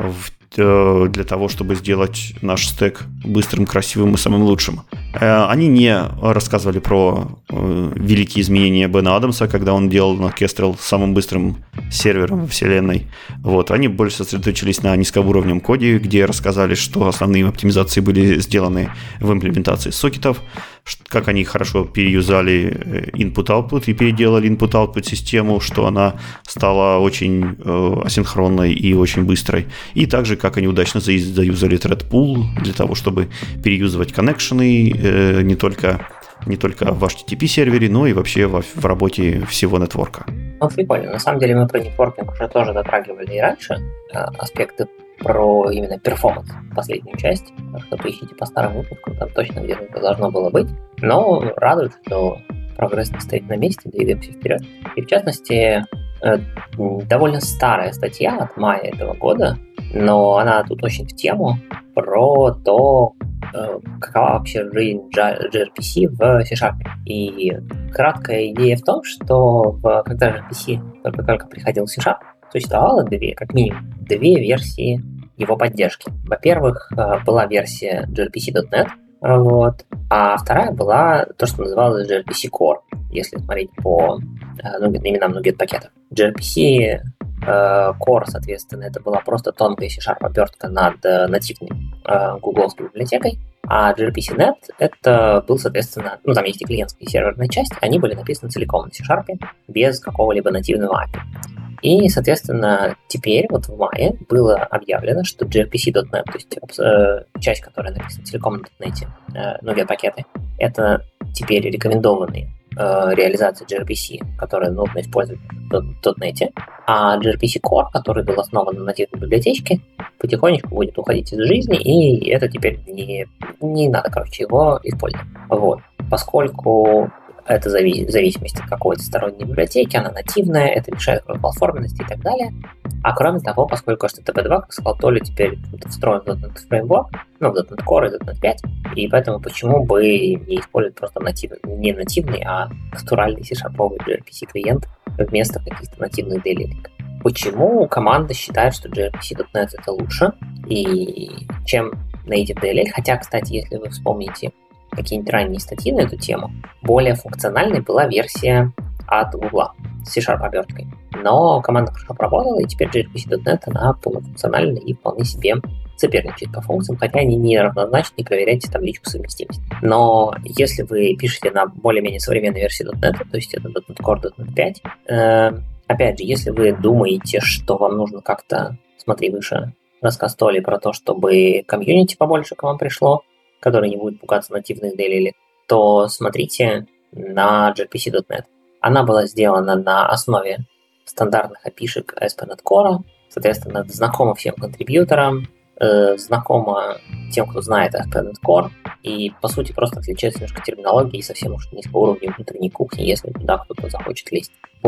для того, чтобы сделать наш стек быстрым, красивым и самым лучшим. Они не рассказывали про великие изменения Бена Адамса, когда он делал Kestrel самым быстрым сервером во вселенной. Вот. Они больше сосредоточились на низкоуровневом коде, где рассказали, что основные оптимизации были сделаны в имплементации сокетов, как они хорошо переюзали input-output и переделали input-output систему, что она стала очень асинхронной и очень быстрой. И также, как они удачно заюзали thread pool для того, чтобы переюзывать коннекшены не только в HTTP сервере, но и вообще в работе всего нетворка. Ну, прикольно. На самом деле мы про нетворкинг уже тоже затрагивали и раньше. Аспекты про именно перформанс, последнюю часть. Так что поищите по старым выпускам, там точно где-то это должно было быть. Но радует, что прогресс не стоит на месте, двигаемся вперед. И в частности, довольно старая статья от мая этого года, но она тут очень в тему про то, какова вообще жизнь gRPC в C#. И краткая идея в том, что когда gRPC только приходил в C#, существовало как минимум две версии его поддержки. Во-первых, была версия gRPC.NET, вот, а вторая была то, что называлось gRPC Core, если смотреть по именам NuGet пакетов. gRPC Core, соответственно, это была просто тонкая C# обертка над нативной гугловской библиотекой, а gRPC.NET это был, соответственно, там есть и клиентская и серверная часть, они были написаны целиком на C# без какого-либо нативного API. И, соответственно, теперь вот в мае было объявлено, что gRPC.NET, то есть часть, которая написана целиком на .NET, NuGet пакеты, это теперь рекомендованные реализации gRPC, которые нужно использовать в .NET, а gRPC Core, который был основан на нативной библиотечке, потихонечку будет уходить из жизни, и это теперь не надо, его использовать. Вот. Поскольку это зависимость от какой-то сторонней библиотеки, она нативная, это мешает платформенности и так далее. А кроме того, поскольку HTTP 2, как сказал Толя, теперь встроен в .NET Framework, в .NET Core и .NET 5, и поэтому почему бы не использовать просто не нативный, а натуральный C-шарповый gRPC клиент вместо каких-то нативных DLL. Почему команда считает, что gRPC.NET это лучше, и чем native DLL? Хотя, кстати, если вы вспомните какие-нибудь ранние статьи на эту тему, более функциональной была версия от Google с C# оберткой. Но команда хорошо работала, и теперь gRPC.NET, она полнофункциональна и вполне себе соперничает по функциям, хотя они не равнозначны, не проверяйте табличку совместимости. Но если вы пишете на более-менее современной версии .NET, то есть это .NET Core, .NET 5, опять же, если вы думаете, что вам нужно как-то, смотри выше, рассказ Толи про то, чтобы комьюнити побольше к вам пришло, который не будет пугаться нативных DLL, то смотрите на gRPC.NET. Она была сделана на основе стандартных API-шек ASP.NET Core, соответственно, знакома всем контрибьюторам, знакома тем, кто знает ASP.NET Core, и, по сути, просто отличается немножко терминологией и совсем уж низкого уровня внутренней кухни, если туда кто-то захочет лезть.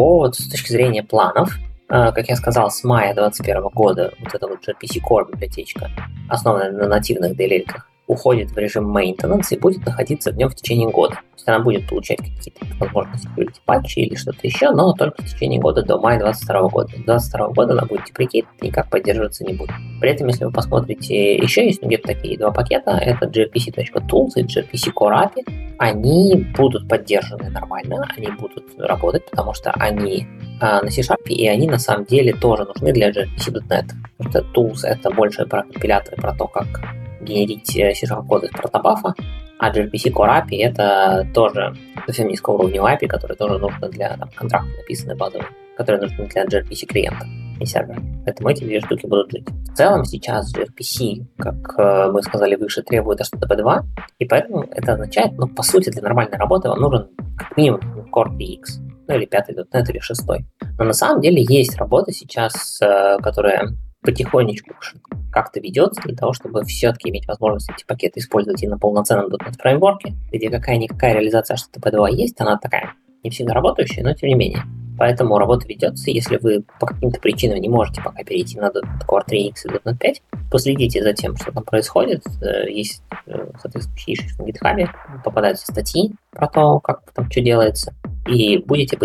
С точки зрения планов, как я сказал, с мая 2021 года вот эта вот gRPC Core библиотечка, основанная на нативных DLL-ках, уходит в режим maintenance и будет находиться в нем в течение года. То есть она будет получать какие-то возможности security патчи или что-то еще, но только в течение года до мая 2022 года. С 2022 года она будет деприкейт и никак поддерживаться не будет. При этом, если вы посмотрите, еще есть где-то такие два пакета, это gRPC.tools и gRPC Core API. Они будут поддержаны нормально, они будут работать, потому что они на C-Sharp, и они на самом деле тоже нужны для gRPC.NET. Потому что tools — это больше про компиляторы, про то, как генерить C-Sharp код из протобафа, а gRPC Core API — это тоже совсем низкого уровня API, которые тоже нужны для контракта, написанные базовые, которые нужны для gRPC клиента и сервера. Поэтому эти две штуки будут жить. В целом сейчас gRPC, как мы сказали выше, требует HTTP 2, и поэтому это означает, по сути, для нормальной работы вам нужен как минимум Core 3X, или 5.NET, или 6. Но на самом деле есть работа сейчас, которая потихонечку как-то ведется для того, чтобы все-таки иметь возможность эти пакеты использовать и на полноценном .NET фреймворке, где какая-никакая реализация HTTP 2 есть, она такая не всегда работающая, но тем не менее. Поэтому работа ведется. Если вы по каким-то причинам не можете пока перейти на .NET Core 3X и .NET 5, последите за тем, что там происходит. Есть соответствующие иши на GitHub, попадаются статьи про то, как там что делается, и будете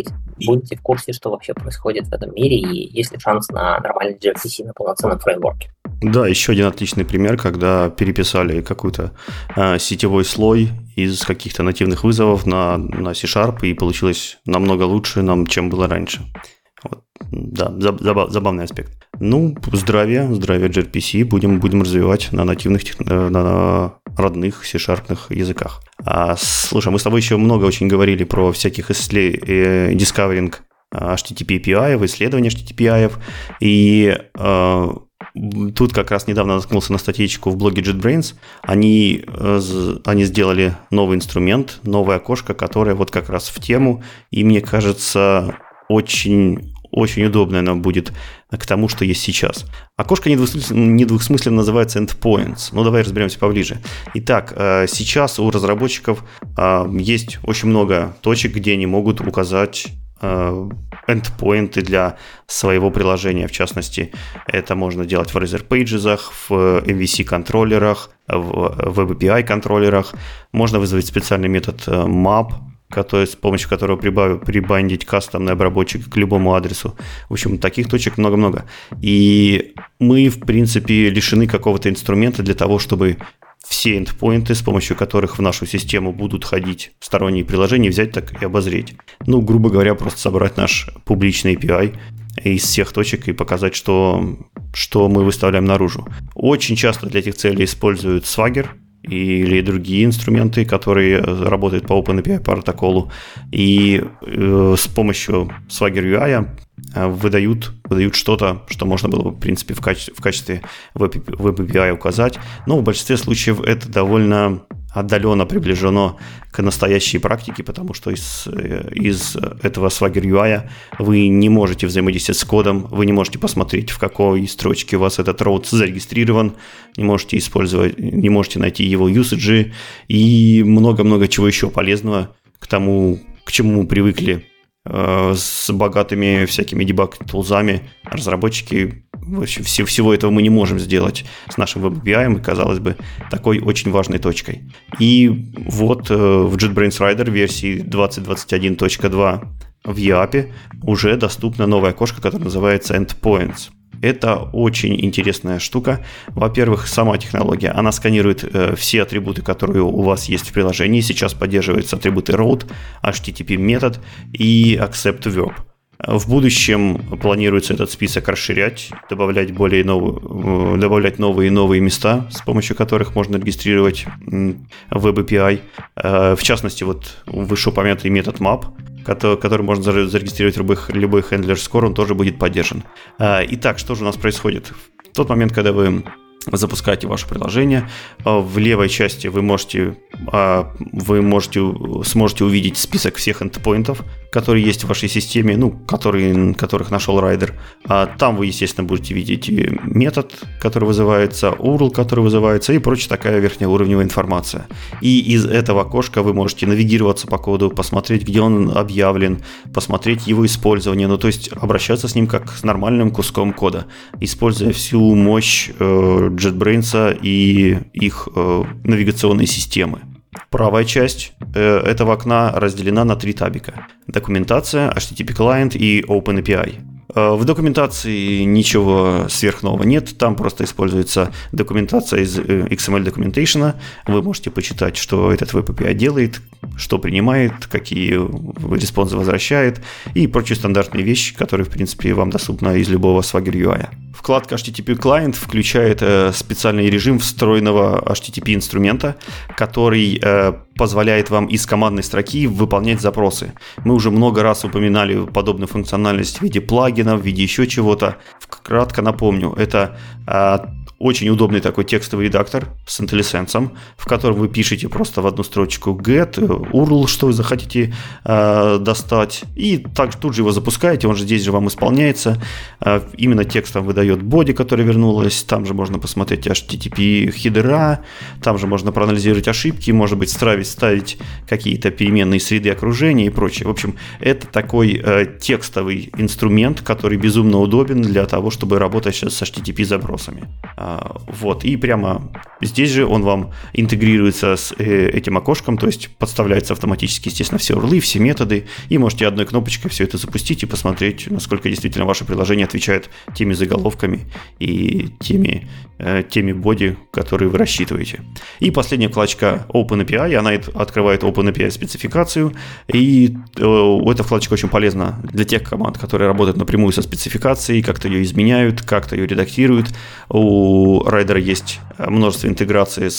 в курсе, что вообще происходит в этом мире, и есть ли шанс на нормальный gRPC на полноценном фреймворке. Да, еще один отличный пример, когда переписали какой-то сетевой слой из каких-то нативных вызовов на C-Sharp, и получилось намного лучше, чем было раньше. Вот. Да, забавный аспект. Здравия gRPC будем развивать на нативных, на родных C-Sharp'ных языках. Слушай, мы с тобой еще много очень говорили про всяких discovering HTTP API, исследования HTTP API, и тут как раз недавно наткнулся на статейку в блоге JetBrains. Они сделали новый инструмент, новое окошко, которое вот как раз в тему, и мне кажется, очень удобно оно будет к тому, что есть сейчас. Окошко недвусмысленно называется endpoints. Давай разберемся поближе. Итак, сейчас у разработчиков есть очень много точек, где они могут указать эндпоинты для своего приложения. В частности, это можно делать в Razor Pages, в MVC-контроллерах, в WebAPI-контроллерах. Можно вызвать специальный метод map, с помощью которого прибандить кастомный обработчик к любому адресу. В общем, таких точек много-много. И мы, в принципе, лишены какого-то инструмента для того, чтобы все эндпоинты, с помощью которых в нашу систему будут ходить сторонние приложения, взять так и обозреть. Грубо говоря, просто собрать наш публичный API из всех точек и показать, что мы выставляем наружу. Очень часто для этих целей используют Swagger или другие инструменты, которые работают по OpenAPI протоколу, и с помощью Swagger UI выдают что-то, что можно было бы, в принципе, в качестве WebAPI указать. Но в большинстве случаев это довольно отдаленно приближено к настоящей практике, потому что из этого Swagger UI вы не можете взаимодействовать с кодом, вы не можете посмотреть, в какой строчке у вас этот роут зарегистрирован, не можете найти его usage и много-много чего еще полезного к тому, к чему мы привыкли с богатыми всякими дебаг-тулзами. Разработчики, всего этого мы не можем сделать с нашим WebAPI, казалось бы, такой очень важной точкой. И вот в JetBrains Rider версии 2021.2 в EAPI уже доступно новое окошко, которое называется Endpoints. Это очень интересная штука. Во-первых, сама технология, она сканирует все атрибуты, которые у вас есть в приложении. Сейчас поддерживаются атрибуты route, HTTP метод и accept verb. В будущем планируется этот список расширять, добавлять новые и новые места, с помощью которых можно регистрировать Web API. В частности, вот вышеупомянутый метод map, который можно зарегистрировать любой хендлер скоро, он тоже будет поддержан. Итак, что же у нас происходит? В тот момент, когда вы запускаете ваше приложение, в левой части вы сможете увидеть список всех эндпоинтов, которые есть в вашей системе, которых нашел райдер. Там вы, естественно, будете видеть метод, который вызывается, URL, который вызывается, и прочая такая верхнеуровневая информация. И из этого окошка вы можете навигироваться по коду, посмотреть, где он объявлен, посмотреть его использование, то есть обращаться с ним как с нормальным куском кода, используя всю мощь JetBrains и их навигационной системы. Правая часть этого окна разделена на 3 табика: документация, HTTP Client и OpenAPI. В документации ничего сверхнового нет, там просто используется документация из XML Documentation. Вы можете почитать, что этот Web API делает, что принимает, какие респонсы возвращает и прочие стандартные вещи, которые, в принципе, вам доступны из любого Swagger UI. Вкладка HTTP Client включает специальный режим встроенного HTTP инструмента, который позволяет вам из командной строки выполнять запросы. Мы уже много раз упоминали подобную функциональность в виде плагинов, в виде еще чего-то. Кратко напомню, это очень удобный такой текстовый редактор с IntelliSense, в котором вы пишете просто в одну строчку get, URL, что вы захотите достать, и также тут же его запускаете, он же здесь же вам исполняется. Именно текстом выдает body, которая вернулась, там же можно посмотреть HTTP хедера, там же можно проанализировать ошибки, может быть, ставить какие-то переменные среды окружения и прочее. В общем, это такой текстовый инструмент, который безумно удобен для того, чтобы работать сейчас с HTTP-запросами. Вот, и прямо здесь же он вам интегрируется с этим окошком, то есть подставляется автоматически, естественно, все урлы, все методы, и можете одной кнопочкой все это запустить и посмотреть, насколько действительно ваше приложение отвечает теми заголовками и теми боди, которые вы рассчитываете. И последняя вкладочка OpenAPI, она открывает OpenAPI спецификацию, и эта вкладочка очень полезна для тех команд, которые работают напрямую со спецификацией, как-то ее изменяют, как-то ее редактируют. У райдера есть множество интеграций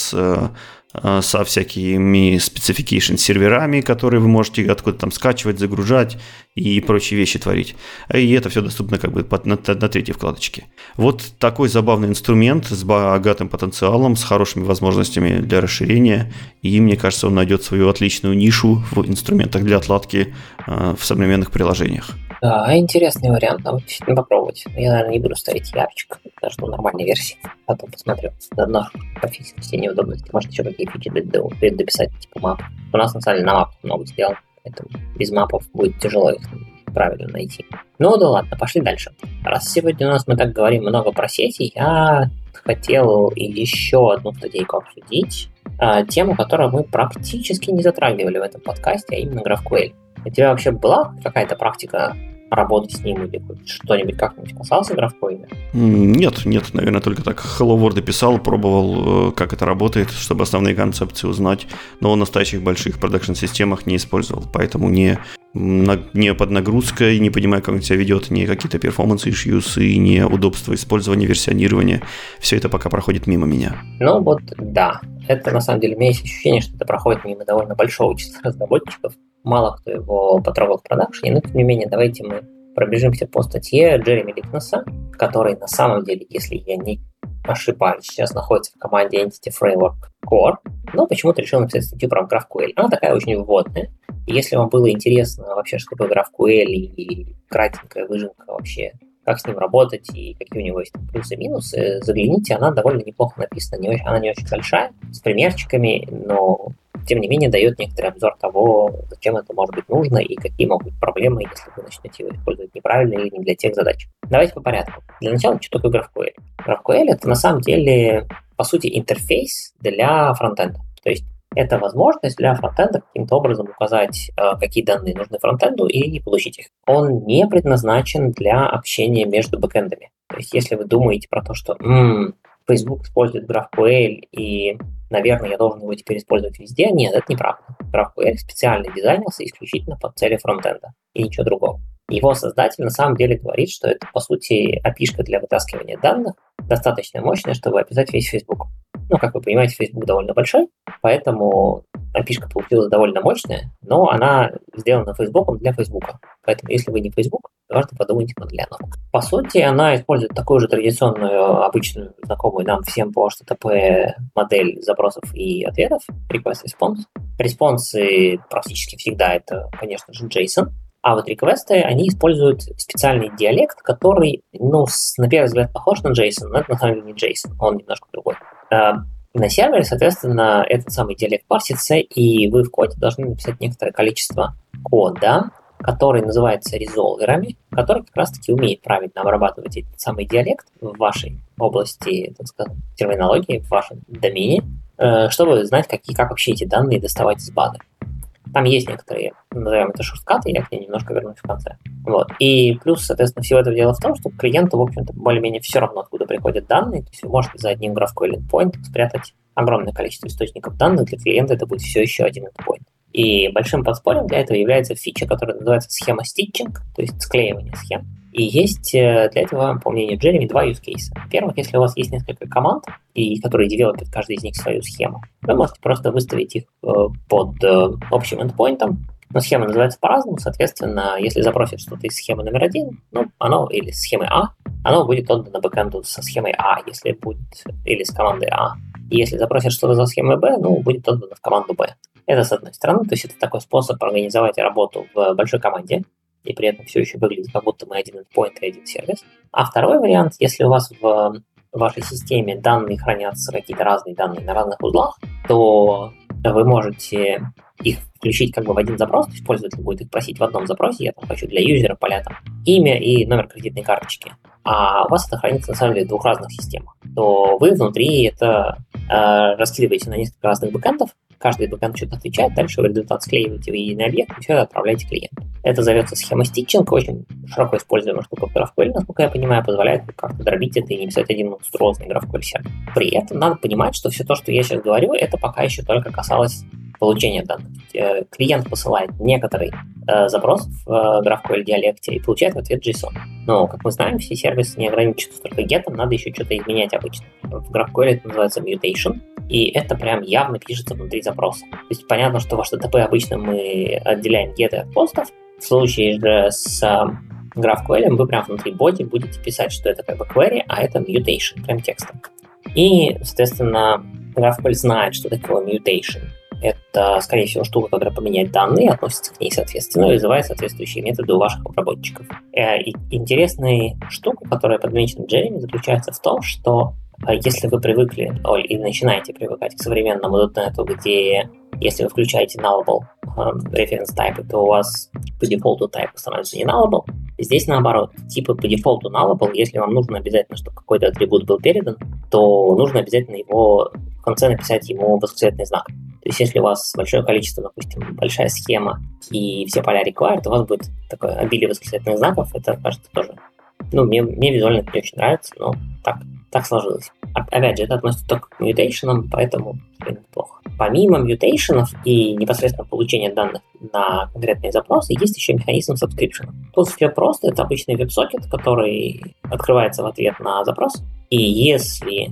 со всякими specification серверами, которые вы можете откуда-то там скачивать, загружать и прочие вещи творить. И это все доступно как бы на третьей вкладочке. Вот такой забавный инструмент с богатым потенциалом, с хорошими возможностями для расширения. И мне кажется, он найдет свою отличную нишу в инструментах для отладки в современных приложениях. Да, интересный вариант, надо действительно попробовать. Я, наверное, не буду ставить ярчик, подожду нормальной версии, потом посмотрю. Заодно пофиксить все неудобности. Может, еще какие фичи дописать, типа мап. У нас, на самом деле, на мапах много сделано, поэтому без мапов будет тяжело их правильно найти. Ну да ладно, пошли дальше. Раз сегодня у нас мы так говорим много про сети, я хотел еще одну статейку обсудить, тему, которую мы практически не затрагивали в этом подкасте, а именно GraphQL. У тебя вообще была какая-то практика работать с ним или что-нибудь как-нибудь касался GraphQL? Нет, наверное, только так Hello World писал, пробовал, как это работает, чтобы основные концепции узнать, но в настоящих больших продакшн-системах не использовал, поэтому не под нагрузкой, не понимая, как он себя ведет, не какие-то performance issues и не удобства использования, версионирования, все это пока проходит мимо меня. Ну вот да, это на самом деле у меня есть ощущение, что это проходит мимо довольно большого числа разработчиков. Мало кто его потрогал в продакшене, но тем не менее давайте мы пробежимся по статье Джереми Ликнесса, который на самом деле, если я не ошибаюсь, сейчас находится в команде Entity Framework Core, но почему-то решил написать статью про GraphQL. Она такая очень вводная. И если вам было интересно вообще, что такое GraphQL и кратенькая выжимка вообще, как с ним работать и какие у него есть плюсы и минусы, загляните, она довольно неплохо написана, она не очень большая, с примерчиками, но тем не менее дает некоторый обзор того, зачем это может быть нужно и какие могут быть проблемы, если вы начнете его использовать неправильно или не для тех задач. Давайте по порядку. Для начала, что такое GraphQL? GraphQL — это на самом деле, по сути, интерфейс для фронтенда. То есть это возможность для фронтенда каким-то образом указать, какие данные нужны фронтенду и получить их. Он не предназначен для общения между бэкэндами. То есть если вы думаете про то, что Facebook использует GraphQL и, наверное, я должен его теперь использовать везде, нет, это неправда. GraphQL специально дизайнился исключительно под цели фронтенда и ничего другого. его создатель на самом деле говорит, что это, по сути, API-шка для вытаскивания данных, достаточно мощная, чтобы описать весь Facebook. Ну, как вы понимаете, Facebook довольно большой, поэтому API-шка получилась довольно мощная, но она сделана Facebook для Facebook. Поэтому, если вы не Facebook, то важно подумать над Леном. По сути, она использует такую же традиционную, обычную, знакомую нам всем по HTTP модель запросов и ответов, request-response. Респонсы практически всегда это, конечно же, JSON. А вот реквесты, они используют специальный диалект, который, на первый взгляд похож на JSON, но это на самом деле не JSON, он немножко другой. На сервере, соответственно, этот самый диалект парсится, и вы в коде должны написать некоторое количество кода, который называется резолверами, который как раз-таки умеет правильно обрабатывать этот самый диалект в вашей области, так сказать, терминологии, в вашем домене, чтобы знать, как вообще эти данные доставать из базы. Там есть некоторые, назовем это, шорткаты, я к ним немножко вернусь в конце. Вот. И плюс, соответственно, всего этого дела в том, что клиенту, в общем-то, более-менее все равно, откуда приходят данные. То есть вы можете за одним GraphQL endpoint спрятать огромное количество источников данных. Для клиента это будет все еще один endpoint. И большим подспорьем для этого является фича, которая называется схема stitching, то есть склеивание схем. И есть для этого, по мнению Джереми, два use cases. Во-первых, если у вас есть несколько команд, которые девелопят каждый из них свою схему, вы можете просто выставить их под общим эндпоинтом. Но схема называется по-разному, соответственно, если запросит что-то из схемы номер 1, оно или схемы А, оно будет отдано бэкэнду со схемой А, если будет, или с командой А. И если запросит что-то за схемой Б, будет отдано в команду Б. Это с одной стороны, то есть это такой способ организовать работу в большой команде, и при этом все еще выглядит, как будто мы один endpoint и один сервис. А второй вариант, если у вас в вашей системе данные хранятся, какие-то разные данные на разных узлах, то вы можете их включить как бы в один запрос, то есть пользователь будет их просить в одном запросе, я там хочу для юзера поля там имя и номер кредитной карточки, а у вас это хранится на самом деле в двух разных системах, то вы внутри это раскидываете на несколько разных бэкэндов, каждый бэкэнд что-то отвечает, дальше вы результат склеиваете в единый объект и все это отправляете клиенту. Это зовется схема stitching, очень широко используемая штука в GraphQL, насколько я понимаю, позволяет как-то дробить это и не писать один монструозный GraphQL сервер. При этом надо понимать, что все то, что я сейчас говорю, это пока еще только касалось получения данных. Клиент посылает некоторый запрос в GraphQL диалекте и получает в ответ JSON. Но, как мы знаем, все сервисы не ограничиваются только гетом, надо еще что-то изменять обычно. В GraphQL это называется mutation, и это прям явно пишется внутри запроса. То есть понятно, что в HTTP обычно мы отделяем геты от постов. В случае же с GraphQL вы прям внутри боди будете писать, что это как бы query, а это mutation, прям текстом. И, соответственно, GraphQL знает, что такое mutation. Это, скорее всего, штука, которая поменяет данные, относится к ней соответственно, и вызывает соответствующие методы у ваших обработчиков. И интересная штука, которая подмечена Джереми, заключается в том, что если вы привыкли или начинаете привыкать к современному .NET, где если вы включаете nullable reference type, то у вас по дефолту type становится не nullable. Здесь наоборот, типы по дефолту nullable, если вам нужно обязательно, чтобы какой-то атрибут был передан, то нужно обязательно его в конце написать ему восклицательный знак. То есть если у вас большое количество, допустим, большая схема и все поля required, у вас будет такое обилие восклицательных знаков, это, кажется, тоже... мне визуально это не очень нравится, но так сложилось. Опять же, это относится только к мьютейшенам, поэтому неплохо. Помимо мьютейшенов и непосредственно получения данных на конкретные запросы, есть еще механизм subscription. Тут все просто, это обычный веб-сокет, который открывается в ответ на запрос, и если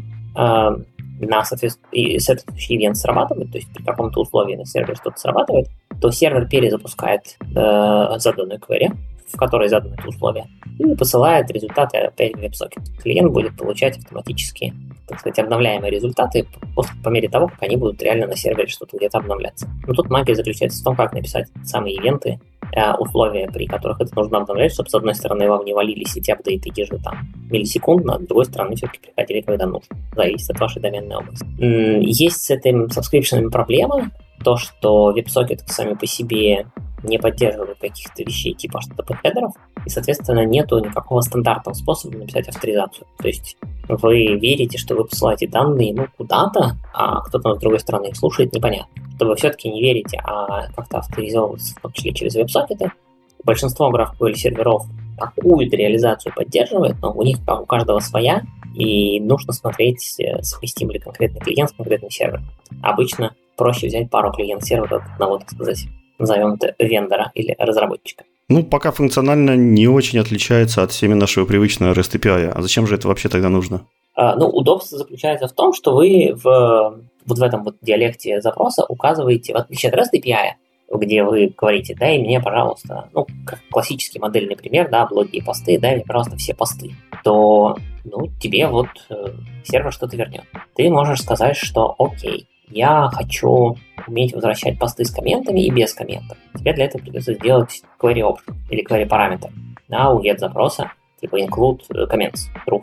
соответствующий ивент срабатывает, то есть при каком-то условии на сервере что-то срабатывает, то сервер перезапускает заданную query, в которой задано это условие, и посылает результаты опять в WebSocket. Клиент будет получать автоматически, так сказать, обновляемые результаты по мере того, как они будут реально на сервере что-то где-то обновляться. Но тут магия заключается в том, как написать самые ивенты, условия, при которых это нужно обновлять, чтобы с одной стороны вам не валились эти апдейты те же миллисекундно, а с другой стороны все-таки приходили, когда нужно. Зависит от вашей доменной области. Есть с этим subscription проблема, то, что WebSocket сами по себе не поддерживают каких-то вещей типа HTTP-хедеров, и, соответственно, нету никакого стандартного способа написать авторизацию. То есть вы верите, что вы посылаете данные куда-то, а кто-то с другой стороны их слушает, непонятно. То вы все-таки не верите, а как-то авторизовываться, в том числе через веб-сокеты. Большинство GraphQL серверов какую-то реализацию поддерживает, но у них у каждого своя, и нужно смотреть, совместим ли конкретный клиент с конкретным сервером. Обычно проще взять пару клиент-серверов от одного, так сказать, назовем это вендора или разработчика. Ну, пока функционально не очень отличается от всеми нашего привычного REST API. А зачем же это вообще тогда нужно? Удобство заключается в том, что вы вот в этом вот диалекте запроса указываете, в отличие от REST API, где вы говорите, дай мне, пожалуйста, как классический модельный пример, да, блоги и посты, дай мне, пожалуйста, все посты, то, тебе вот сервер что-то вернет. Ты можешь сказать, что окей, я хочу уметь возвращать посты с комментами и без комментов. Тебе для этого придется сделать query option или query параметр, да, у get запроса, типа include comments, true,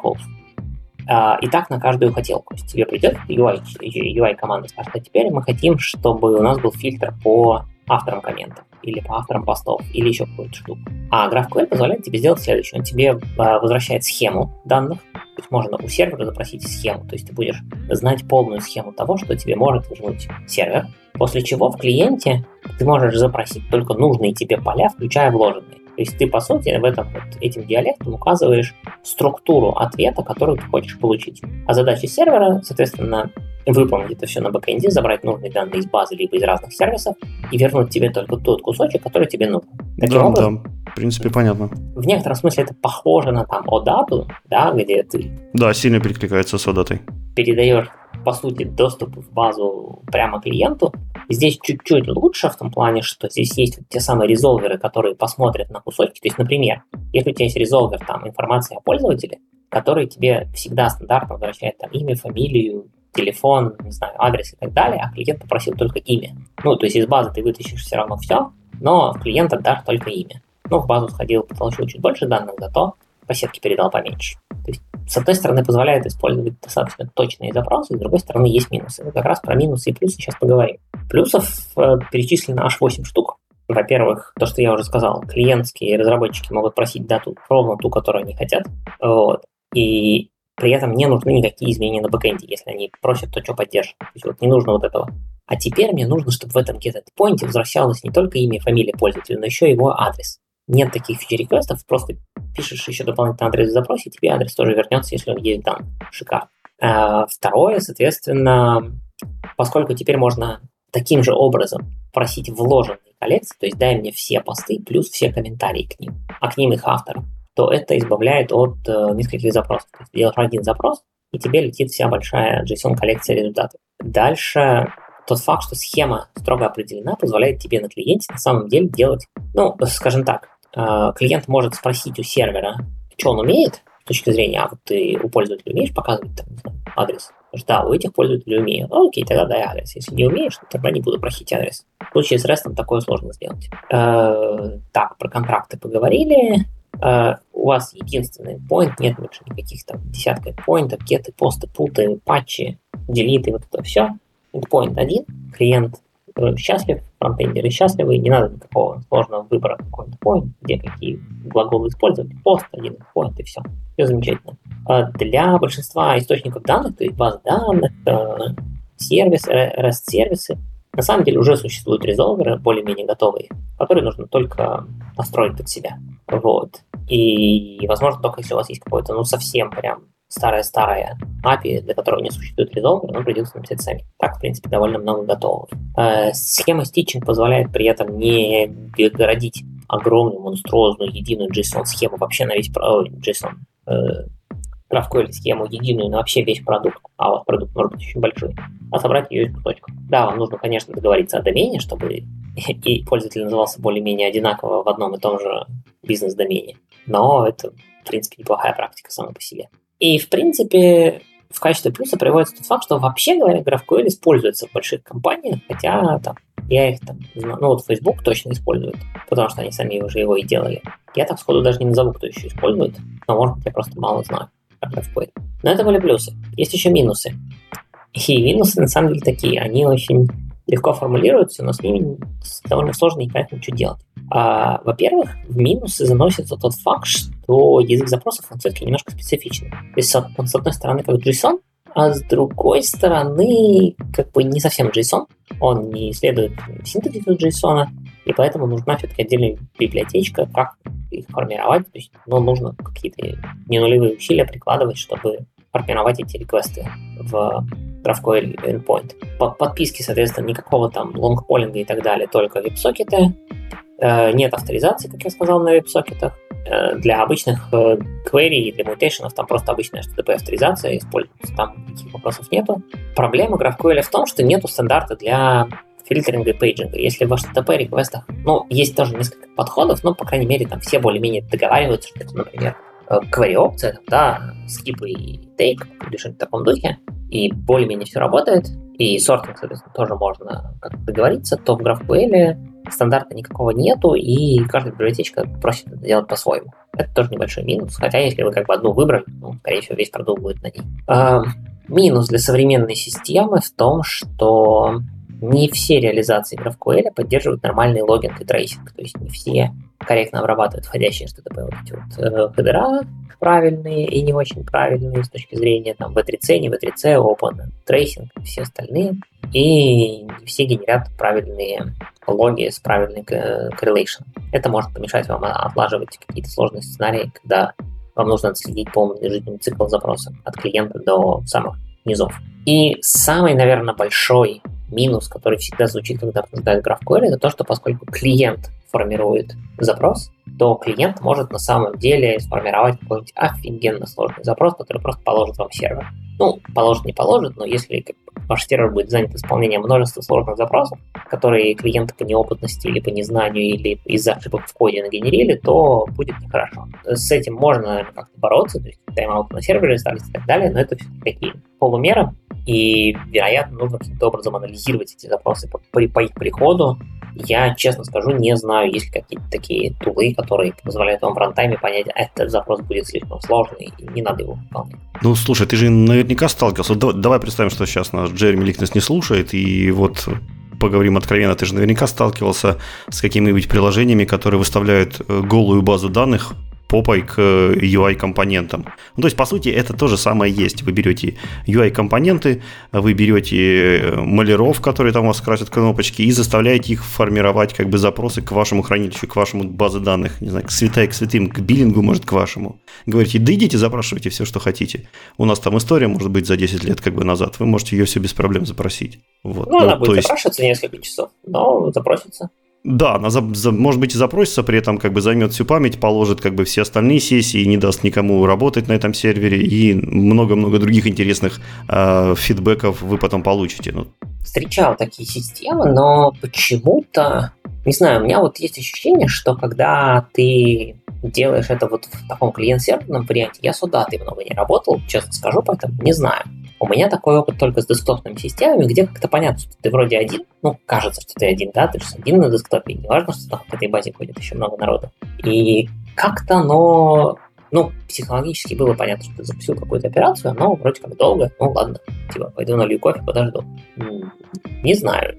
false. И так на каждую хотелку. То есть тебе придет UI команда, скажет, а теперь мы хотим, чтобы у нас был фильтр по авторам комментов, или по авторам постов, или еще какую-то штуку. А GraphQL позволяет тебе сделать следующее. Он тебе возвращает схему данных, то есть можно у сервера запросить схему, то есть ты будешь знать полную схему того, что тебе может вернуть сервер, после чего в клиенте ты можешь запросить только нужные тебе поля, включая вложенные. То есть ты, по сути, этим диалектом указываешь структуру ответа, которую ты хочешь получить. А задача сервера, соответственно, выполнить это все на бэкэнде, забрать нужные данные из базы либо из разных сервисов и вернуть тебе только тот кусочек, который тебе нужен. Таким образом, в принципе, понятно. В некотором смысле это похоже на OData, да, где ты... Да, сильно перекликается с OData. Передаешь, по сути, доступ в базу прямо клиенту. Здесь чуть-чуть лучше в том плане, что здесь есть те самые резолверы, которые посмотрят на кусочки. То есть, например, если у тебя есть резолвер, информация о пользователе, который тебе всегда стандартно возвращает имя, фамилию, телефон, не знаю, адрес и так далее, а клиент попросил только имя. То есть из базы ты вытащишь все равно все, но клиент отдашь только имя. В базу сходил, получил чуть больше данных, зато по сетке передал поменьше. То есть, с одной стороны, позволяет использовать достаточно точные запросы, с другой стороны, есть минусы. Мы как раз про минусы и плюсы сейчас поговорим. Плюсов перечислено аж 8 штук. Во-первых, то, что я уже сказал, клиентские разработчики могут просить дату ровно ту, которую они хотят, и при этом не нужны никакие изменения на бэкэнде. Если они просят, то что поддержат. То есть не нужно этого. А теперь мне нужно, чтобы в этом get-endpoint возвращалось не только имя и фамилия пользователя, но еще его адрес. Нет таких фичер-реквестов, просто пишешь еще дополнительный адрес в запросе, тебе адрес тоже вернется, если он есть там. Шикарно. Второе, соответственно, поскольку теперь можно таким же образом просить вложенные коллекции, то есть дай мне все посты плюс все комментарии к ним, а к ним их авторам, то это избавляет от нескольких запросов. То есть ты делаешь один запрос, и тебе летит вся большая JSON-коллекция результатов. Дальше тот факт, что схема строго определена, позволяет тебе на клиенте на самом деле делать, скажем так, клиент может спросить у сервера, что он умеет, с точки зрения, ты у пользователя умеешь показывать адрес? Потому что у этих пользователей умею. Окей, тогда дай адрес. Если не умеешь, то тогда не буду просить адрес. В случае с REST такое сложно сделать. Так, про контракты поговорили. У вас единственный point, нет больше никаких десятков поинтов, геты, посты, путы, патчи, делиты, это все. Endpoint один, клиент счастлив, фронтендеры счастливы, не надо никакого сложного выбора какой endpoint, где какие глаголы использовать, пост, один endpoint и все. Все замечательно. Для большинства источников данных, то есть баз данных, сервисы, REST-сервисы, на самом деле уже существуют резолверы, более-менее готовые, которые нужно только настроить под себя. И, возможно, только если у вас есть какой-то, совсем прям старая API, для которого не существует резолвер, но придется написать сами. Так, в принципе, довольно много готового. Схема стичинг позволяет при этом не городить огромную, монструозную, единую JSON-схему вообще на весь JSON. GraphQL схему единую на вообще весь продукт, а у вас продукт может быть очень большой, а собрать ее из кусочков. Да, вам нужно, конечно, договориться о домене, чтобы и пользователь назывался более-менее одинаково в одном и том же бизнес-домене, но это, в принципе, неплохая практика сама по себе. И, в принципе, в качестве плюса приводится тот факт, что вообще говоря, GraphQL используется в больших компаниях, хотя я их знаю, Facebook точно использует, потому что они сами уже его и делали. Я так сходу даже не назову, кто еще использует, но, может быть, я просто мало знаю про GraphQL. Но это были плюсы. Есть еще минусы. И минусы, на самом деле, такие. Они очень легко формулируются, но с ними довольно сложно и понятно, что делать. Во-первых, в минусы заносится тот факт, что язык запросов, он все-таки немножко специфичный. То есть он, с одной стороны, как JSON, а с другой стороны, не совсем JSON. Он не исследует синтаксису JSON, и поэтому нужна все-таки отдельная библиотечка, как их формировать. То есть, нужно какие-то ненулевые усилия прикладывать, чтобы формировать эти реквесты в GraphQL endpoint. Подписки, соответственно, никакого лонгполинга и так далее, только веб-сокеты. Нет авторизации, как я сказал, на веб-сокетах. Для обычных query и для мутейшенов там просто обычная HTTP-авторизация используется, там никаких вопросов нету. Проблема GraphQL в том, что нету стандарта для фильтринга и пейджинга. Если в HTTP-реквестах, есть тоже несколько подходов, но, по крайней мере, там все более-менее договариваются, что, например, query-опция, skip и take, или что-то в таком духе, и более-менее все работает, и сортинг, соответственно, тоже можно как-то договориться, то в GraphQL стандарта никакого нету, и каждая библиотечка просит это делать по-своему. Это тоже небольшой минус, хотя если вы одну выбрали, скорее всего, весь продукт будет на ней. Минус для современной системы в том, что не все реализации GraphQL поддерживают нормальный логинг и трейсинг, то есть не все корректно обрабатывают входящие HTTP хедера правильные и не очень правильные с точки зрения V3C, не V3C, Open, трейсинг и все остальные. И не все генерят правильные логи с правильным correlation. Это может помешать вам отлаживать какие-то сложные сценарии, когда вам нужно отследить полный жизненный цикл запроса от клиента до самых низов. И самый, наверное, большой минус, который всегда звучит, когда обсуждают GraphQL, это то, что поскольку клиент формирует запрос, то клиент может на самом деле сформировать какой-нибудь офигенно сложный запрос, который просто положит вам сервер. Положит, не положит, но если ваш сервер будет занят исполнением множества сложных запросов, которые клиенты по неопытности или по незнанию, или из-за ошибок в коде нагенерили, то будет нехорошо. С этим можно, наверное, как-то бороться, то есть тайм-ауты на сервере ставить и так далее, но это все такие полумеры, и, вероятно, нужно каким-то образом анализировать эти запросы по их приходу. Я, честно скажу, не знаю, есть ли какие-то такие тулы, которые позволяют вам в рантайме понять, этот запрос будет слишком сложный, и не надо его выполнять. Слушай, ты же наверняка сталкивался. Давай представим, что сейчас нас Джереми Ликнес не слушает, и вот поговорим откровенно, ты же наверняка сталкивался с какими-нибудь приложениями, которые выставляют голую базу данных попой к UI-компонентам. То есть, по сути, это то же самое есть. Вы берете UI-компоненты, вы берете маляров, которые там у вас красят кнопочки, и заставляете их формировать запросы к вашему хранилищу, к вашему базе данных, не знаю, к святым, к биллингу, может, к вашему. Говорите, да идите, запрашивайте все, что хотите. У нас там история, может быть, за 10 лет назад. Вы можете ее все без проблем запросить. Вот. Она будет запрашиваться несколько часов, но запросится. Да, она, может быть, и запросится, при этом займет всю память, положит все остальные сессии, не даст никому работать на этом сервере, и много-много других интересных фидбэков вы потом получите. Встречал такие системы, но почему-то, не знаю, у меня есть ощущение, что когда ты делаешь это в таком клиент-серверном варианте, я с UDAT много не работал, честно скажу, поэтому не знаю. У меня такой опыт только с десктопными системами, где как-то понятно, что ты вроде один, кажется, что ты один, да, ты же один на десктопе, не важно, что там в этой базе ходит еще много народа. И как-то оно, психологически было понятно, что ты запустил какую-то операцию, но вроде как долго, ладно, пойду налью кофе, подожду. Не знаю,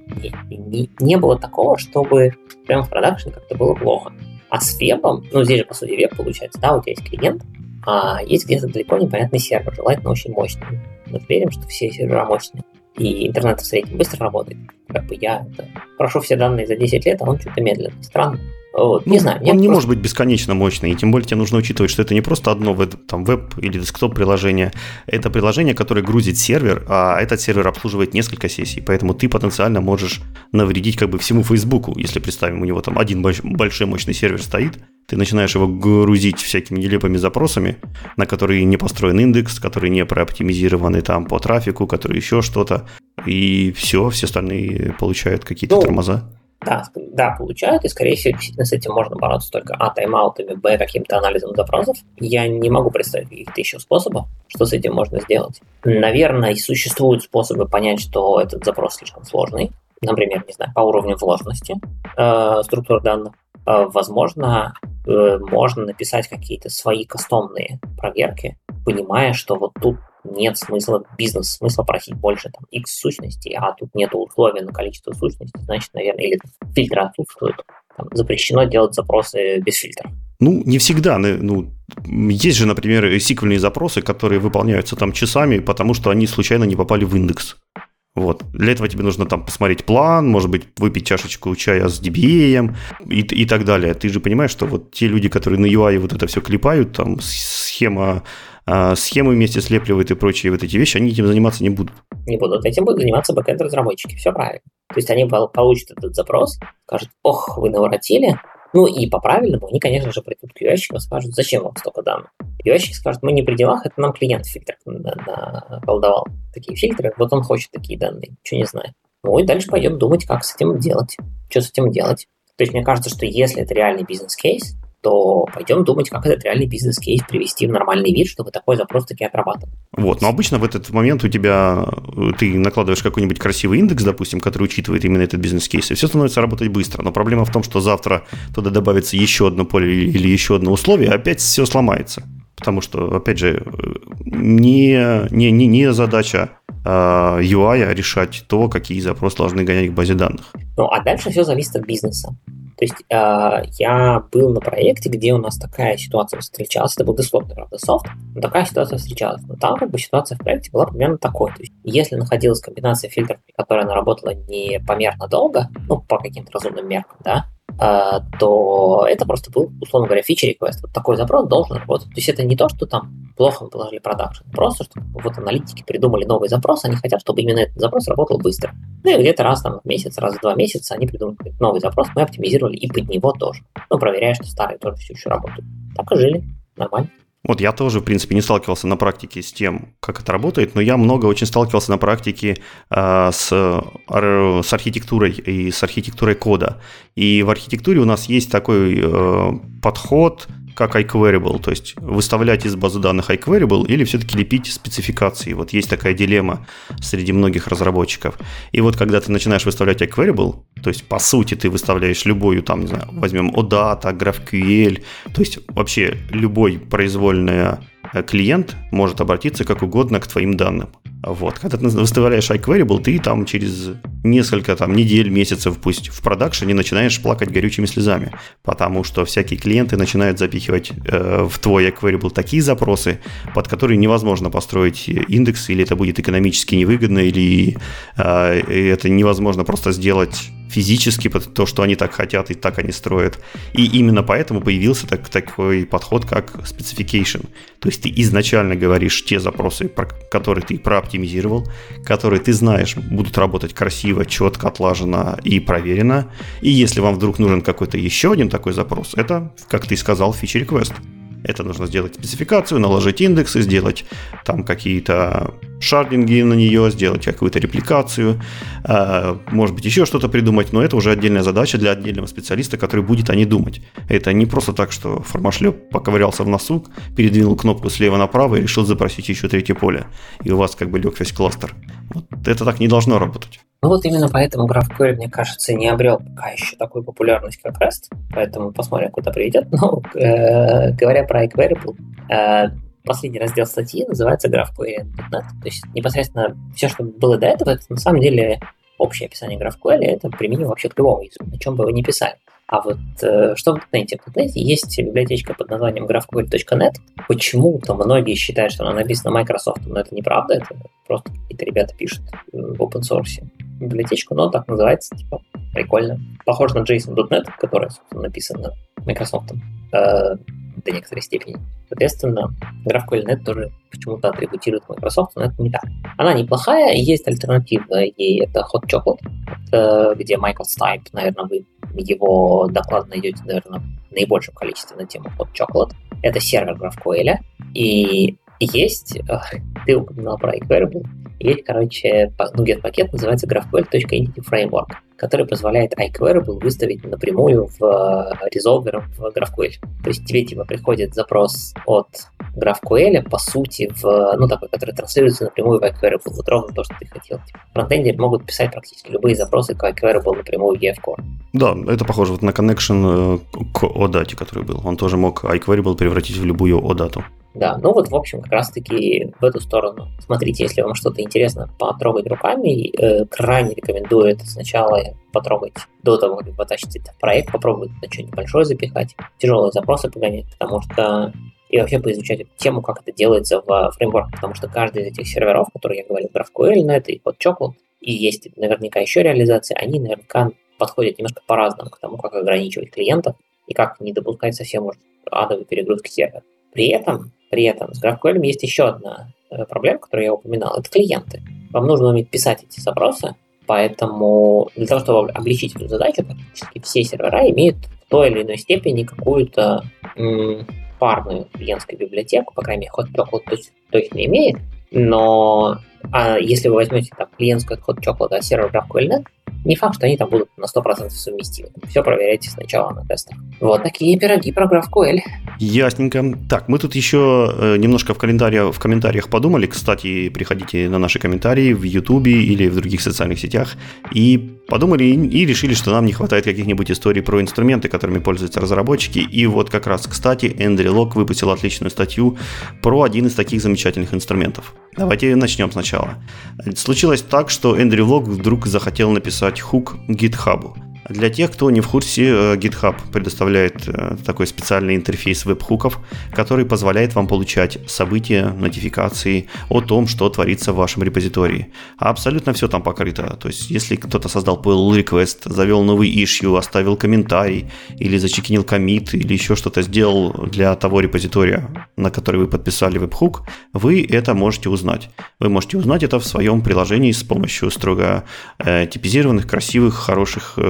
не было такого, чтобы прямо в продакшене как-то было плохо. А с вебом, здесь же, по сути, веб получается, да, у тебя есть клиент, а есть где-то далеко непонятный сервер, желательно очень мощный. Мы верим, что все сервера мощные. И интернет в среднем быстро работает. Я прошу все данные за 10 лет, а он что-то медленный. Странно. Не знаю. Он не может быть бесконечно мощный, и тем более тебе нужно учитывать, что это не просто одно веб или десктоп приложение, это приложение, которое грузит сервер, а этот сервер обслуживает несколько сессий, поэтому ты потенциально можешь навредить всему Фейсбуку, если представим, у него там один большой мощный сервер стоит, ты начинаешь его грузить всякими нелепыми запросами, на которые не построен индекс, которые не прооптимизированы там по трафику, которые еще что-то, и все остальные получают какие-то тормоза. Да, получают, и, скорее всего, действительно с этим можно бороться только тайм-аутами, каким-то анализом запросов. Я не могу представить каких-то еще способов, что с этим можно сделать. Наверное, и существуют способы понять, что этот запрос слишком сложный. Например, не знаю, по уровню сложности структур данных. Возможно, можно написать какие-то свои кастомные проверки, понимая, что тут нет смысла, смысла просить больше X сущностей, а тут нет условий на количество сущностей, значит, наверное, или фильтры отсутствуют. Запрещено делать запросы без фильтра. Не всегда. Есть же, например, сиквельные запросы, которые выполняются часами, потому что они случайно не попали в индекс. Для этого тебе нужно посмотреть план, может быть, выпить чашечку чая с DBA и так далее. Ты же понимаешь, что те люди, которые на UI это все клепают, схема схемы вместе слепливает и прочие вот эти вещи, они этим заниматься не будут. Не будут. Этим будут заниматься бэкэнд-разработчики. Все правильно. То есть они получат этот запрос, скажут, ох, вы наворотили. Ну и по-правильному они, конечно же, придут к UI-щикам и скажут, зачем вам столько данных. UI-щик скажет, мы не при делах, это нам клиент в фильтрах наколдовал такие фильтры, вот он хочет такие данные, ничего не знает. Ну и дальше пойдем думать, как с этим делать. Что с этим делать? То есть мне кажется, что если это реальный бизнес-кейс, то пойдем думать, как этот реальный бизнес-кейс привести в нормальный вид, чтобы такой запрос таки отрабатывал. Вот, но обычно в этот момент ты накладываешь какой-нибудь красивый индекс, допустим, который учитывает именно этот бизнес-кейс, и все становится работать быстро. Но проблема в том, что завтра туда добавится еще одно поле или еще одно условие, и опять все сломается. Потому что, опять же, не задача UI решать то, какие запросы должны гонять к базе данных. Ну, а дальше все зависит от бизнеса. То есть я был на проекте, где у нас такая ситуация встречалась, это был Desktop, правда, софт, но такая ситуация встречалась. Но там как бы ситуация в проекте была примерно такой. То есть если находилась комбинация фильтров, которая она работала непомерно долго, ну, по каким-то разумным меркам, да, то это просто был, условно говоря, фичер-реквест. Вот такой запрос должен работать. То есть это не то, что там плохо мы положили продакшн, просто что вот аналитики придумали новый запрос, они хотят, чтобы именно этот запрос работал быстро. Ну и где-то раз там в месяц, раз в 2 месяца они придумали новый запрос, мы оптимизировали и под него тоже. Ну, проверяя, что старые тоже все еще работают. Так и жили. Нормально. Вот я тоже, в принципе, не сталкивался на практике с тем, как это работает, но я много очень сталкивался на практике с архитектурой и с архитектурой кода. И в архитектуре у нас есть такой подход, как iQueryable, то есть выставлять из базы данных iQueryable или все-таки лепить спецификации. Вот есть такая дилемма среди многих разработчиков. И вот когда ты начинаешь выставлять iQueryable, то есть по сути ты выставляешь любую, там, не знаю, возьмем OData, GraphQL, то есть вообще любой произвольный клиент может обратиться как угодно к твоим данным. Вот. Когда ты выставляешь iQueryable, ты там через несколько недель, месяцев, пусть в продакшене, начинаешь плакать горючими слезами, потому что всякие клиенты начинают запихивать в твой iQueryable такие запросы, под которые невозможно построить индекс, или это будет экономически невыгодно, или это невозможно просто сделать физически, то, что они так хотят и так они строят. И именно поэтому появился такой подход, как specification. То есть ты изначально говоришь те запросы, которые ты прооптимизировал, которые ты знаешь будут работать красиво, четко, отлаженно и проверено. И если вам вдруг нужен какой-то еще один такой запрос, это, как ты сказал, feature request. Это нужно сделать спецификацию, наложить индексы, сделать там какие-то шардинги на нее, сделать какую-то репликацию, может быть, еще что-то придумать, но это уже отдельная задача для отдельного специалиста, который будет о ней думать. Это не просто так, что формашлеп поковырялся в носу, передвинул кнопку слева направо и решил запросить еще третье поле, и у вас как бы лег весь кластер. Вот это так не должно работать. Ну вот именно поэтому GraphQL, мне кажется, не обрел пока еще такую популярность, как REST, поэтому посмотрим, куда приведет. Но говоря про iQueryable, последний раздел статьи называется GraphQL.net, то есть непосредственно все, что было до этого, это на самом деле общее описание GraphQL, это применимо вообще к любому языку, на чем бы вы ни писали. А вот что в .NET? В .NET есть библиотечка под названием GraphQL.net. Почему-то многие считают, что она написана Microsoft, но это неправда, это просто какие-то ребята пишут в open source библиотечку, но так называется, типа, прикольно. Похоже на JSON.NET, которая, собственно, написана Microsoft до некоторой степени. Соответственно, GraphQL.net тоже почему-то атрибутирует Microsoft, но это не так. Она неплохая, есть альтернатива ей, это Hot Chocolate, где Michael Stipe, наверное, вы его доклад найдете, наверное, в наибольшом количестве на тему Hot Chocolate. Это сервер GraphQL, и есть, ты упоминал про iQueryable, есть, get-пакет, называется GraphQL.EntityFramework, который позволяет iQueryable выставить напрямую в резолвер в GraphQL. То есть тебе приходит запрос от GraphQL, по сути, такой, который транслируется напрямую в iQueryable. Вот ровно то, что ты хотел. Фронтендеры могут писать практически любые запросы к iQueryable напрямую в EF Core. Да, это похоже на connection к OData, который был. Он тоже мог iQueryable превратить в любую OData. Да, ну вот, в общем, как раз-таки в эту сторону. Смотрите, если вам что-то интересно потрогать руками, крайне рекомендую это сначала потрогать до того, как потащить это в проект, попробовать на что-нибудь большое запихать, тяжелые запросы погонять, потому что и вообще поизучать эту тему, как это делается в фреймворке, потому что каждый из этих серверов, которые я говорил, GraphQL.net и Hot Chocolate, и есть наверняка еще реализации, они наверняка подходят немножко по-разному к тому, как ограничивать клиентов и как не допускать совсем адовой перегрузки сервера. При этом При этом с GraphQL есть еще одна проблема, которую я упоминал, это клиенты. Вам нужно уметь писать эти запросы, поэтому для того, чтобы облегчить эту задачу, практически все сервера имеют в той или иной степени какую-то парную клиентскую библиотеку, по крайней мере, HotChocolate точно имеет, но если вы возьмете там клиентскую от HotChocolate, а сервер GraphQL.net, не факт, что они там будут на 100% совместимы. Все проверяйте сначала на тестах. Вот такие пироги про GraphQL. Ясненько. Так, мы тут еще немножко в комментариях подумали. Кстати, приходите на наши комментарии в YouTube или в других социальных сетях. И подумали и решили, что нам не хватает каких-нибудь историй про инструменты, которыми пользуются разработчики. И вот как раз, кстати, EndryLog выпустил отличную статью про один из таких замечательных инструментов. Давайте начнем сначала. Случилось так, что EndryLog вдруг захотел написать хук GitHub. Для тех, кто не в курсе, GitHub предоставляет такой специальный интерфейс веб-хуков, который позволяет вам получать события, нотификации о том, что творится в вашем репозитории. Абсолютно все там покрыто. То есть, если кто-то создал pull request, завел новый issue, оставил комментарий, или зачекинил коммит, или еще что-то сделал для того репозитория, на который вы подписали веб-хук, вы это можете узнать. Вы можете узнать это в своем приложении с помощью строго типизированных, красивых, хороших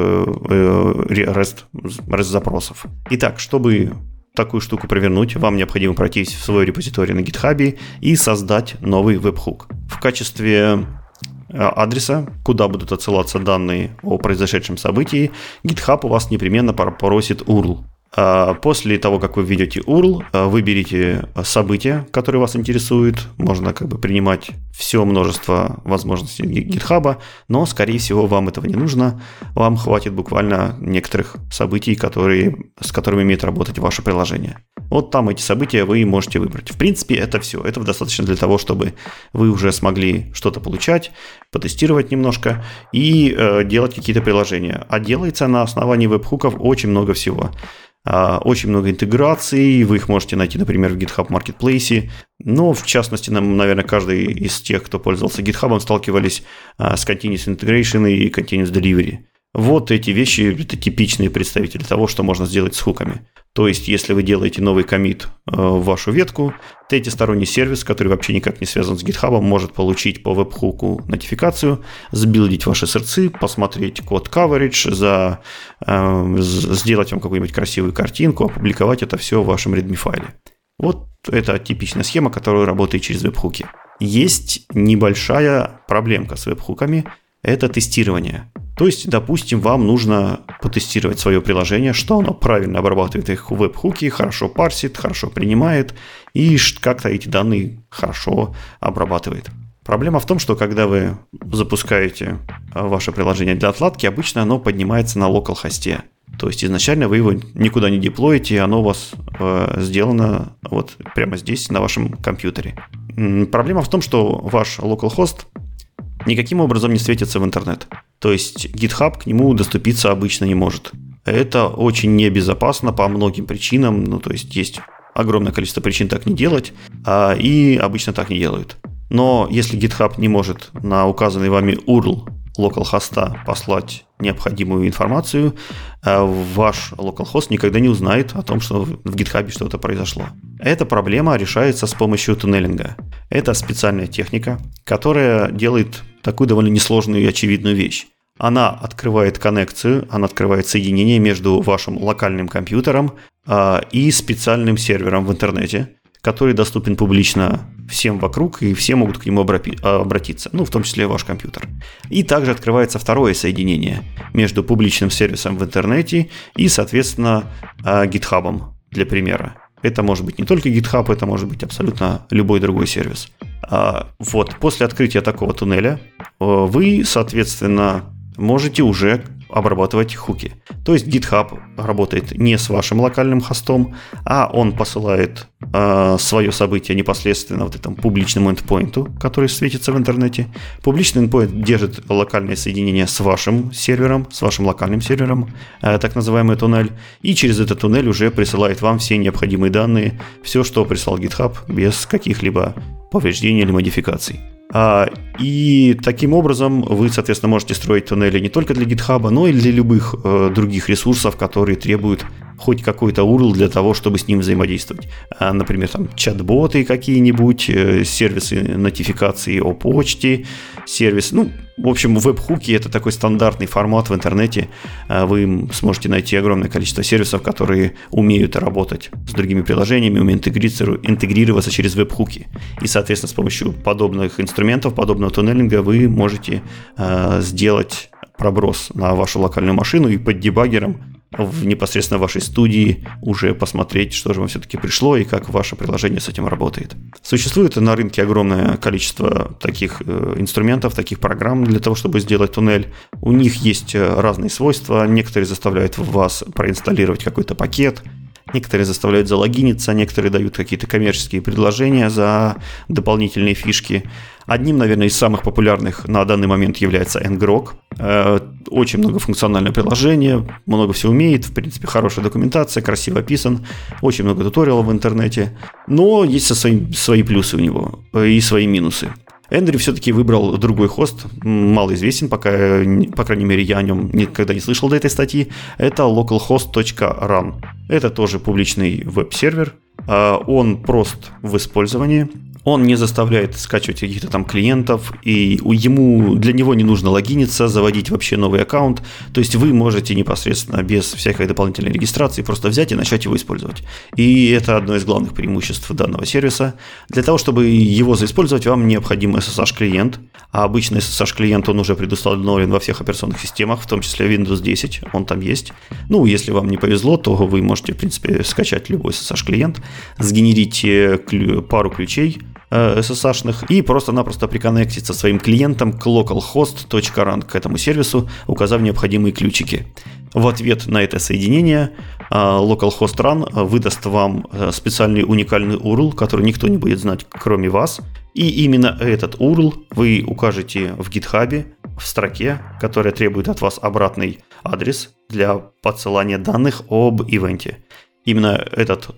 REST-запросов. Итак, чтобы такую штуку провернуть, вам необходимо пройти в свой репозиторий на GitHub и создать новый веб-хук. В качестве адреса, куда будут отсылаться данные о произошедшем событии, GitHub у вас непременно попросит URL. После того, как вы введете URL, выберите события, которые вас интересуют. Можно принимать все множество возможностей GitHub, но, скорее всего, вам этого не нужно. Вам хватит буквально некоторых событий, с которыми умеет работать ваше приложение. Вот там эти события вы можете выбрать. В принципе, это все. Этого достаточно для того, чтобы вы уже смогли что-то получать, потестировать немножко и делать какие-то приложения. А делается на основании веб-хуков очень много всего. Очень много интеграций, вы их можете найти, например, в GitHub Marketplace, но, в частности, наверное, каждый из тех, кто пользовался GitHub, сталкивались с Continuous Integration и Continuous Delivery. Вот эти вещи – это типичные представители того, что можно сделать с хуками. То есть, если вы делаете новый коммит в вашу ветку, третий сторонний сервис, который вообще никак не связан с GitHub, может получить по веб-хуку нотификацию, сбилдить ваши сырцы, посмотреть код coverage, сделать вам какую-нибудь красивую картинку, опубликовать это все в вашем readme файле. Вот это типичная схема, которая работает через веб-хуки. Есть небольшая проблемка с веб-хуками – это тестирование. То есть, допустим, вам нужно потестировать свое приложение, что оно правильно обрабатывает их веб-хуки, хорошо парсит, хорошо принимает и как-то эти данные хорошо обрабатывает. Проблема в том, что когда вы запускаете ваше приложение для отладки, обычно оно поднимается на локал-хосте. То есть изначально вы его никуда не деплоите, оно у вас сделано вот прямо здесь, на вашем компьютере. Проблема в том, что ваш localhost никаким образом не светится в интернет. То есть GitHub к нему доступиться обычно не может. Это очень небезопасно по многим причинам. То есть есть огромное количество причин так не делать, и обычно так не делают. Но если GitHub не может на указанный вами URL localhost послать необходимую информацию, ваш localhost никогда не узнает о том, что в GitHub что-то произошло. Эта проблема решается с помощью туннелинга. Это специальная техника, которая делает такую довольно несложную и очевидную вещь. Она открывает коннекцию, она открывает соединение между вашим локальным компьютером и специальным сервером в интернете, который доступен публично всем вокруг, и все могут к нему обратиться, в том числе ваш компьютер. И также открывается второе соединение между публичным сервисом в интернете и, соответственно, GitHub, для примера. Это может быть не только GitHub, это может быть абсолютно любой другой сервис. Вот, после открытия такого туннеля вы, соответственно, можете уже обрабатывать хуки. То есть GitHub работает не с вашим локальным хостом, а он посылает свое событие непосредственно вот этому публичному эндпоинту, который светится в интернете. Публичный эндпоинт держит локальное соединение с вашим сервером, с вашим локальным сервером, так называемый туннель, и через этот туннель уже присылает вам все необходимые данные, все, что прислал GitHub, без каких-либо повреждений или модификаций. И таким образом вы, соответственно, можете строить туннели не только для GitHub, но и для любых других ресурсов, которые требуют хоть какой-то URL для того, чтобы с ним взаимодействовать. Например, там чат-боты какие-нибудь, сервисы нотификации о почте, сервис, в общем, веб-хуки — это такой стандартный формат в интернете. Вы сможете найти огромное количество сервисов, которые умеют работать с другими приложениями, умеют интегрироваться через веб-хуки. И, соответственно, с помощью подобных инструментов, подобного туннелинга вы можете сделать проброс на вашу локальную машину и под дебаггером в непосредственно вашей студии уже посмотреть, что же вам все-таки пришло и как ваше приложение с этим работает. Существует на рынке огромное количество таких инструментов, таких программ для того, чтобы сделать туннель. У них есть разные свойства. Некоторые заставляют вас проинсталлировать какой-то пакет, некоторые заставляют залогиниться, некоторые дают какие-то коммерческие предложения за дополнительные фишки. Одним, наверное, из самых популярных на данный момент является ngrok. Очень многофункциональное приложение, много всего умеет, в принципе, хорошая документация, красиво описан, очень много туториалов в интернете, но есть свои плюсы у него и свои минусы. Эндрю все-таки выбрал другой хост, малоизвестен, пока, по крайней мере, я о нем никогда не слышал до этой статьи. Это localhost.run. Это тоже публичный веб-сервер. Он прост в использовании. Он не заставляет скачивать каких-то там клиентов, и для него не нужно логиниться, заводить вообще новый аккаунт. То есть вы можете непосредственно без всякой дополнительной регистрации просто взять и начать его использовать. И это одно из главных преимуществ данного сервиса. Для того, чтобы его заиспользовать, вам необходим SSH-клиент. А обычный SSH-клиент, он уже предустановлен во всех операционных системах, в том числе Windows 10, он там есть. Если вам не повезло, то вы можете, в принципе, скачать любой SSH-клиент, сгенерить пару ключей SSH-ных и просто-напросто приконнектиться своим клиентом к localhost.run, к этому сервису, указав необходимые ключики. В ответ на это соединение localhost.run выдаст вам специальный уникальный URL, который никто не будет знать, кроме вас. И именно этот URL вы укажете в GitHub в строке, которая требует от вас обратный адрес для подсылания данных об ивенте. Именно этот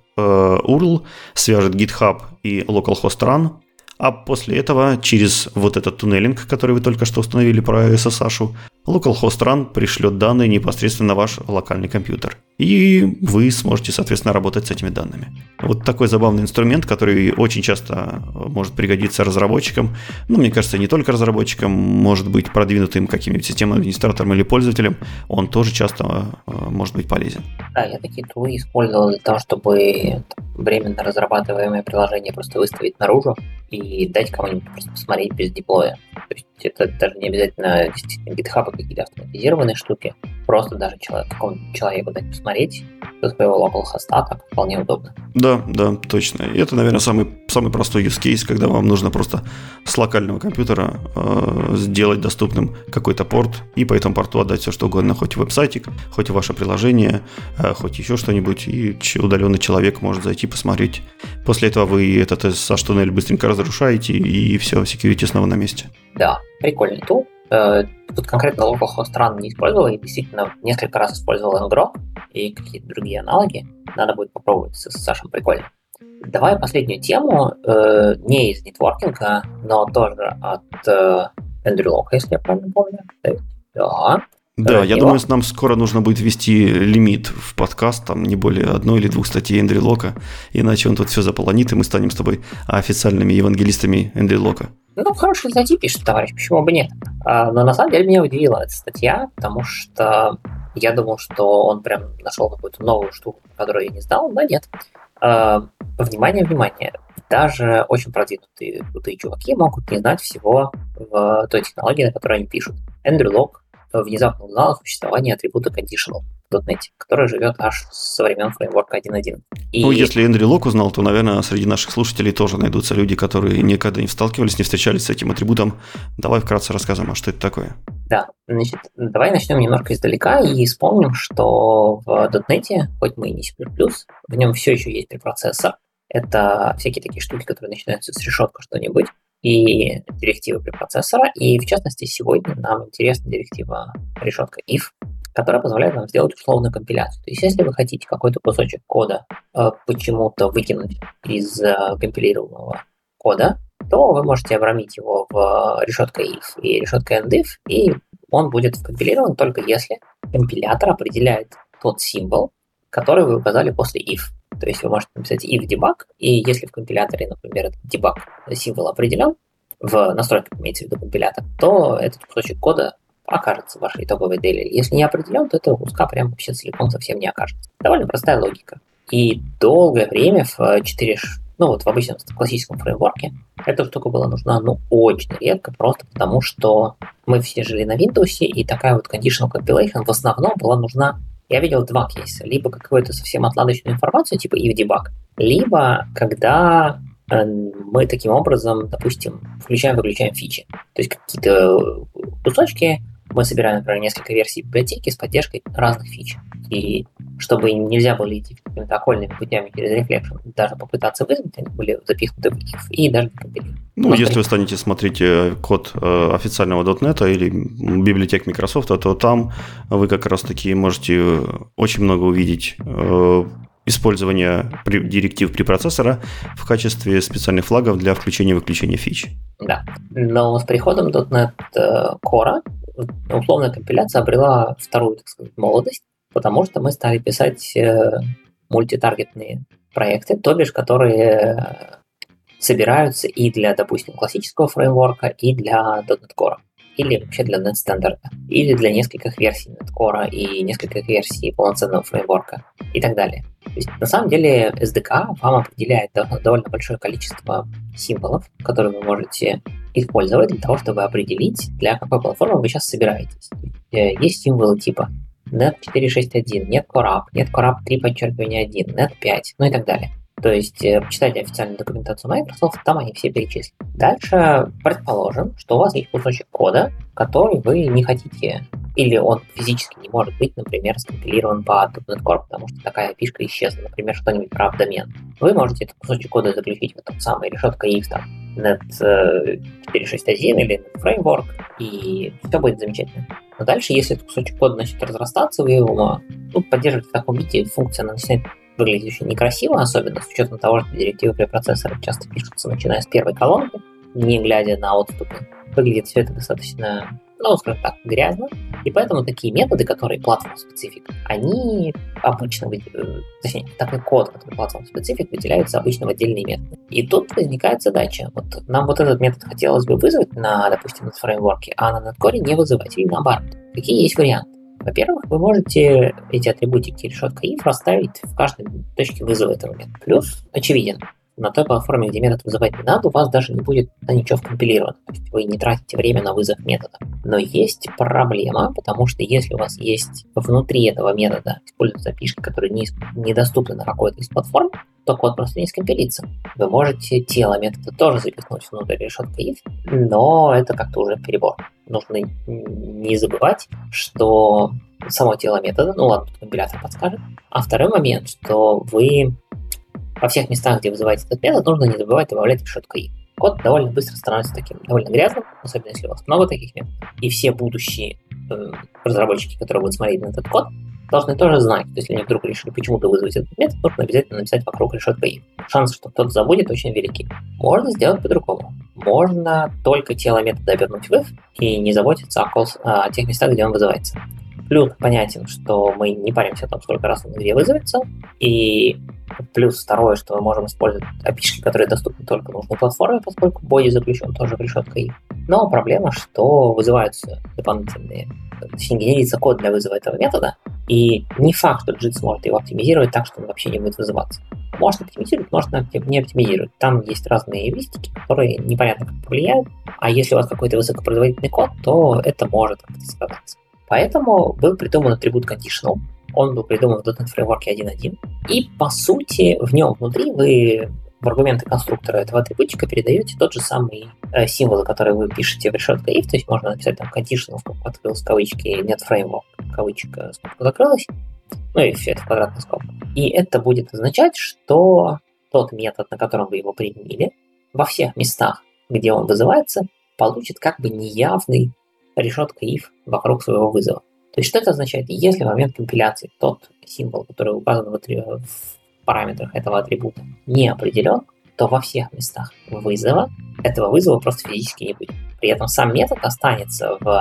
URL свяжет GitHub и localhost.run, а после этого через вот этот туннелинг, который вы только что установили про SSH, localhost.run пришлет данные непосредственно на ваш локальный компьютер. И вы сможете, соответственно, работать с этими данными. Вот такой забавный инструмент, который очень часто может пригодиться разработчикам. Мне кажется, не только разработчикам, может быть продвинутым каким-нибудь системным администратором или пользователем. Он тоже часто может быть полезен. Да, я такие тулы использовал для того, чтобы временно разрабатываемое приложение просто выставить наружу и дать кому-нибудь просто посмотреть без деплоя. То есть это даже не обязательно действительно GitHub, какие-то автоматизированные штуки. Просто даже какому-нибудь человеку дать посмотреть со своего локал-хоста, так вполне удобно. Да, точно. И это, наверное, самый простой use case, когда вам нужно просто с локального компьютера сделать доступным какой-то порт и по этому порту отдать все, что угодно, хоть веб-сайтик, хоть ваше приложение, хоть еще что-нибудь, и удаленный человек может зайти посмотреть. После этого вы этот SSH-туннель быстренько разрушаете, и все, security снова на месте. Да, прикольный тул. Тут конкретно localhost.run не использовал, и действительно несколько раз использовал ngrok и какие-то другие аналоги. Надо будет попробовать с SSH, прикольно. Давай последнюю тему, не из нетворкинга, но тоже от Andrew, если я правильно помню. Да, я думаю, нам скоро нужно будет ввести лимит в подкаст, там не более одной или двух статей Эндрю Лока, иначе он тут все заполонит, и мы станем с тобой официальными евангелистами Эндрю Лока. Хорошие статьи пишет товарищ, почему бы нет. Но на самом деле меня удивила эта статья, потому что я думал, что он прям нашел какую-то новую штуку, которую я не знал, но нет. Внимание. Даже очень продвинутые крутые чуваки могут не знать всего в той технологии, на которой они пишут. Эндрю Лок внезапно узнал о существовании атрибута conditional в .NET, который живет аж со времен фреймворка 1.1. Если Эндрю Лок узнал, то, наверное, среди наших слушателей тоже найдутся люди, которые никогда не сталкивались, не встречались с этим атрибутом. Давай вкратце расскажем, что это такое. Да, давай начнем немножко издалека и вспомним, что в .NET, хоть мы и не C++, в нем все еще есть препроцессор. Это всякие такие штуки, которые начинаются с решетка что-нибудь, и директивы препроцессора. И, в частности, сегодня нам интересна директива решетка if, которая позволяет нам сделать условную компиляцию. То есть, если вы хотите какой-то кусочек кода почему-то выкинуть из компилированного кода, то вы можете обрамить его в решетка if и решетка endif, и он будет скомпилирован только если компилятор определяет тот символ, который вы указали после if. То есть вы можете написать if debug, и если в компиляторе, например, этот debug символ определен, в настройках имеется в виду компилятор, то этот кусочек кода окажется в вашей итоговой DLL. Если не определен, то этого куска прям вообще целиком совсем не окажется. Довольно простая логика. И долгое время в в обычном классическом фреймворке эта штука была нужна, очень редко, просто потому что мы все жили на Windows, и такая вот conditional compilation в основном была нужна. Я видел два кейса. Либо какую-то совсем отладочную информацию, типа if debug, либо когда мы таким образом, допустим, включаем-выключаем фичи. То есть какие-то кусочки мы собираем, например, несколько версий библиотеки с поддержкой разных фич. И чтобы нельзя было идти какими-то окольными путями через рефлекшн, даже попытаться вызвать, они были запихнуты в if и даже компилированы. Если вы станете смотреть код официального .NET или библиотек Microsoft, то там вы как раз-таки можете очень много увидеть использование директив препроцессора в качестве специальных флагов для включения и выключения фич. Да, но с приходом .NET Core условная компиляция обрела вторую, так сказать, молодость, потому что мы стали писать мультитаргетные проекты, то бишь, которые собираются и для, допустим, классического фреймворка, и для .NET Core, или вообще для .NET Standard, или для нескольких версий .NET Core и нескольких версий полноценного фреймворка и так далее. То есть, на самом деле, SDK вам определяет довольно большое количество символов, которые вы можете использовать для того, чтобы определить, для какой платформы вы сейчас собираетесь. Есть символы типа .NET 4.6.1, .NET Core App, .NET Core App 3.1, .NET 5, и так далее. То есть, почитайте официальную документацию Microsoft, там они все перечислены. Дальше предположим, что у вас есть кусочек кода, который вы не хотите, или он физически не может быть, например, скомпилирован по .NET Core, потому что такая фишка исчезла, например, что-нибудь про домен. Вы можете этот кусочек кода заключить в этот самый решетка if, там, .NET 4.6.1 или .NET Framework, и все будет замечательно. Но дальше, если этот кусочек кода начнет разрастаться, вы его поддерживаете в таком виде, функция начинает выглядит очень некрасиво, особенно с учетом того, что директивы препроцессора часто пишутся, начиная с первой колонки, не глядя на отступы. Выглядит все это достаточно, скажем так, грязно. И поэтому такие методы, которые platform-specific, они обычно, точнее, такой код, который platform-specific, выделяются обычно в отдельные методы. И тут возникает задача. Вот нам вот этот метод хотелось бы вызвать на, допустим, на фреймворке, а на NetCore не вызывать, или наоборот. Какие есть варианты? Во-первых, вы можете эти атрибутики решетка if расставить в каждой точке вызова этого метода. Плюс, очевиден, на той платформе, где метод вызывать не надо, у вас даже не будет ничего вкомпилировано. То есть вы не тратите время на вызов метода. Но есть проблема, потому что если у вас есть внутри этого метода используются API, которые недоступны на какой-то из платформ, то код просто не скомпилится. Вы можете тело метода тоже запихнуть внутрь решетка if, но это как-то уже перебор. Нужно не забывать, что само тело метода, тут компилятор подскажет. А второй момент, что вы во всех местах, где вызываете этот метод, нужно не забывать добавлять решетку if. Код довольно быстро становится таким довольно грязным, особенно если у вас много таких методов. И все будущие разработчики, которые будут смотреть на этот код, должны тоже знать, что если они вдруг решили почему-то вызвать этот метод, нужно обязательно написать вокруг решетка if. Шанс, что кто-то забудет, очень велики. Можно сделать по-другому. Можно только тело метода обернуть в if и не заботиться о тех местах, где он вызывается. Плюс понятен, что мы не паримся о том, сколько раз он где вызовется. И плюс второе, что мы можем использовать API, которые доступны только нужной платформе, поскольку боди заключен тоже в решетка if. Но проблема, что вызываются дополнительные, точнее, генерится код для вызова этого метода, и не факт, что JIT сможет его оптимизировать так, что он вообще не будет вызываться. Может оптимизировать, может не оптимизировать. Там есть разные эвристики, которые непонятно как повлияют, а если у вас какой-то высокопроизводительный код, то это может как-то сказаться. Поэтому был придуман атрибут conditional, он был придуман в .NET Framework 1.1, и по сути в нем внутри вы в аргументы конструктора этого атрибутика передаете тот же самый символ, который вы пишете в решетка if, то есть можно написать там conditional, открылась кавычки, .NET Framework, кавычка, скобка закрылась, и все это в квадратной скобке. И это будет означать, что тот метод, на котором вы его применили, во всех местах, где он вызывается, получит как бы неявный решетка if вокруг своего вызова. То есть что это означает? Если в момент компиляции тот символ, который указан в параметрах этого атрибута, не определен, то во всех местах вызова этого вызова просто физически не будет. При этом сам метод останется в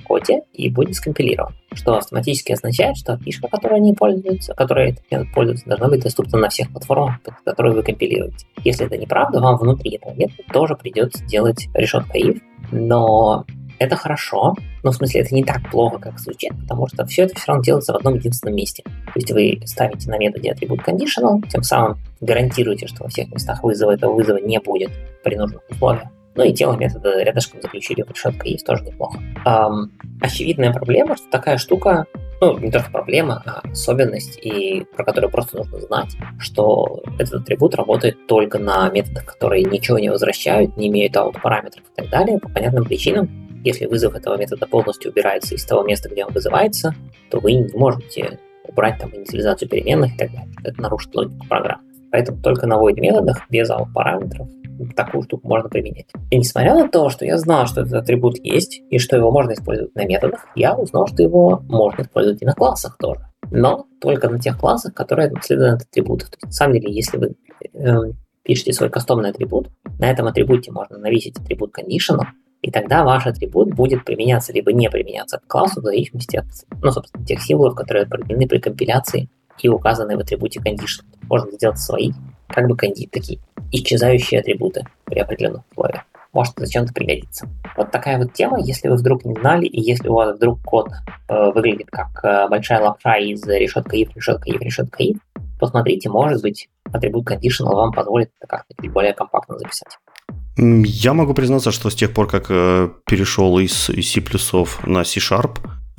коде и будет скомпилирован, что автоматически означает, что API, которой они пользуются, которой этот метод пользуется, должна быть доступна на всех платформах, под которые вы компилируете. Если это неправда, вам внутри этого метода тоже придется делать решетка if, но это хорошо, но в смысле это не так плохо, как звучит, потому что все это все равно делается в одном единственном месте. То есть вы ставите на методе атрибут conditional, тем самым гарантируете, что во всех местах вызова этого вызова не будет при нужных условиях. Ну и тело метода рядышком заключили в решетка if, тоже неплохо. Очевидная проблема, что такая штука, ну не то что проблема, а особенность, и про которую просто нужно знать, что этот атрибут работает только на методах, которые ничего не возвращают, не имеют аут-параметров и так далее, по понятным причинам. Если вызов этого метода полностью убирается из того места, где он вызывается, то вы не можете убрать там инициализацию переменных и так далее. Это нарушит логику программы. Поэтому только на void методах без аут-параметров такую штуку можно применять. И несмотря на то, что я знал, что этот атрибут есть, и что его можно использовать на методах, я узнал, что его можно использовать и на классах тоже. Но только на тех классах, которые наследуют от атрибутов. То есть, на самом деле, если вы пишете свой кастомный атрибут, на этом атрибуте можно навесить атрибут conditional, и тогда ваш атрибут будет применяться либо не применяться к классу в зависимости от, собственно, тех символов, которые определены при компиляции и указаны в атрибуте conditional. Можно сделать свои, как бы такие исчезающие атрибуты при определенных условиях. Может зачем-то пригодиться. Вот такая вот тема, если вы вдруг не знали, и если у вас вдруг код выглядит как большая лапша из решетка if, решетка if, решетка if, посмотрите, может быть, атрибут conditional вам позволит это как-то чуть более компактно записать. Я могу признаться, что с тех пор, как перешел из C++ на C-Sharp,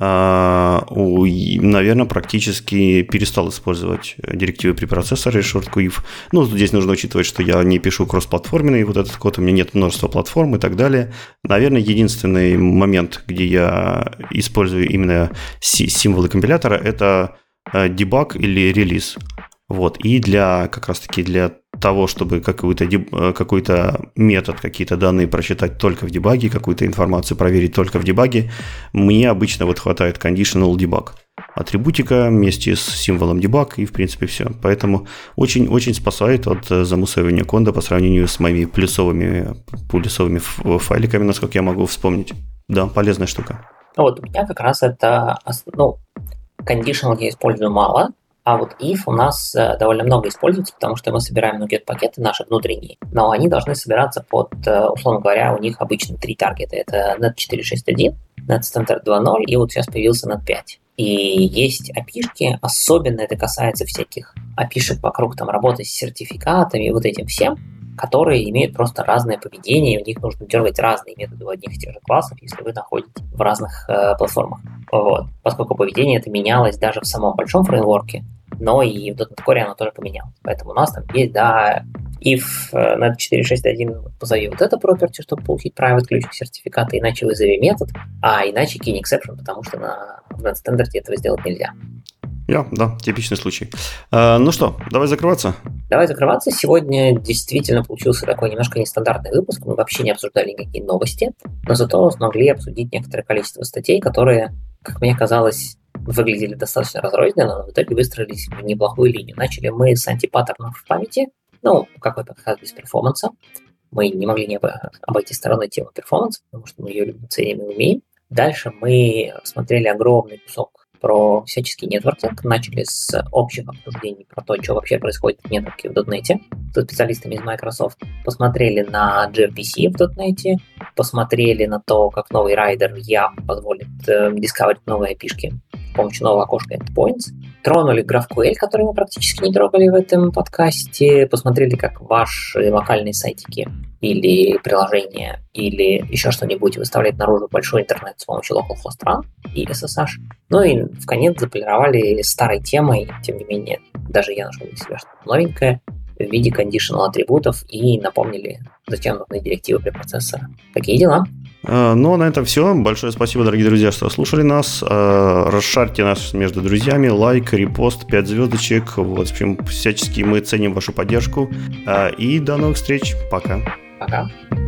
наверное, практически перестал использовать директивы препроцессора решетку if. Ну, здесь нужно учитывать, что я не пишу кроссплатформенный вот этот код, у меня нет множества платформ и так далее. Наверное, единственный момент, где я использую именно символы компилятора, это дебаг или релиз. Вот. И как раз-таки для того, чтобы какой-то метод, какие-то данные прочитать только в дебаге, какую-то информацию проверить только в дебаге, мне обычно вот хватает conditional debug. Атрибутика вместе с символом debug и в принципе все. Поэтому очень-очень спасает от замусоривания кода по сравнению с моими плюсовыми файликами, насколько я могу вспомнить. Да, полезная штука. Вот у меня как раз это, conditional я использую мало, а вот if у нас довольно много используется, потому что мы собираем NuGet-пакеты наши внутренние, но они должны собираться под, условно говоря, у них обычно 3 таргета. Это Net 4.6.1, Net Standard 2.0 и вот сейчас появился Net 5. И есть API-шки, особенно это касается всяких API-шек вокруг там работы с сертификатами и вот этим всем, которые имеют просто разное поведение, и у них нужно дергать разные методы у одних и тех же классов, если вы находитесь в разных платформах. Вот. Поскольку поведение это менялось даже в самом большом фреймворке, но и в .NET Core оно тоже поменялось. Поэтому у нас там есть, if Net 4.6.1 позови вот это property, чтобы получить private ключ к сертификату, иначе вызови метод, а иначе кинь exception, потому что в Net Standard этого сделать нельзя. Да, типичный случай. Ну что, давай закрываться? Давай закрываться. Сегодня действительно получился такой немножко нестандартный выпуск. Мы вообще не обсуждали никакие новости, но зато смогли обсудить некоторое количество статей, которые, как мне казалось, выглядели достаточно разрозненно, но в итоге выстроились в неплохую линию. Начали мы с антипаттернов в памяти, какой подход без перформанса. Мы не могли не обойти стороной тему перформанса, потому что мы ее любим, ценим и умеем. Дальше мы смотрели огромный кусок про всяческий нетворкинг. Начали с общих обсуждений про то, что вообще происходит в нетворке в .NET, со специалистами из Microsoft. Посмотрели на gRPC в .NET, посмотрели на то, как новый райдер YAP позволит дискаверить новые API-шки с помощью нового окошка endpoints. Тронули GraphQL, который мы практически не трогали в этом подкасте. Посмотрели, как ваши локальные сайтики или приложения, или еще что-нибудь выставлять наружу большой интернет с помощью localhost run и SSH. Ну и в конец заполировали старой темой, тем не менее, даже я нашел для себя что-то новенькое в виде conditional атрибутов и напомнили, зачем нужны директивы препроцессора. Такие дела. Ну, а на этом все. Большое спасибо, дорогие друзья, что слушали нас. Расшарьте нас между друзьями. Лайк, репост, 5 звездочек. Вот, в общем, всячески мы ценим вашу поддержку. И до новых встреч. Пока. Пока.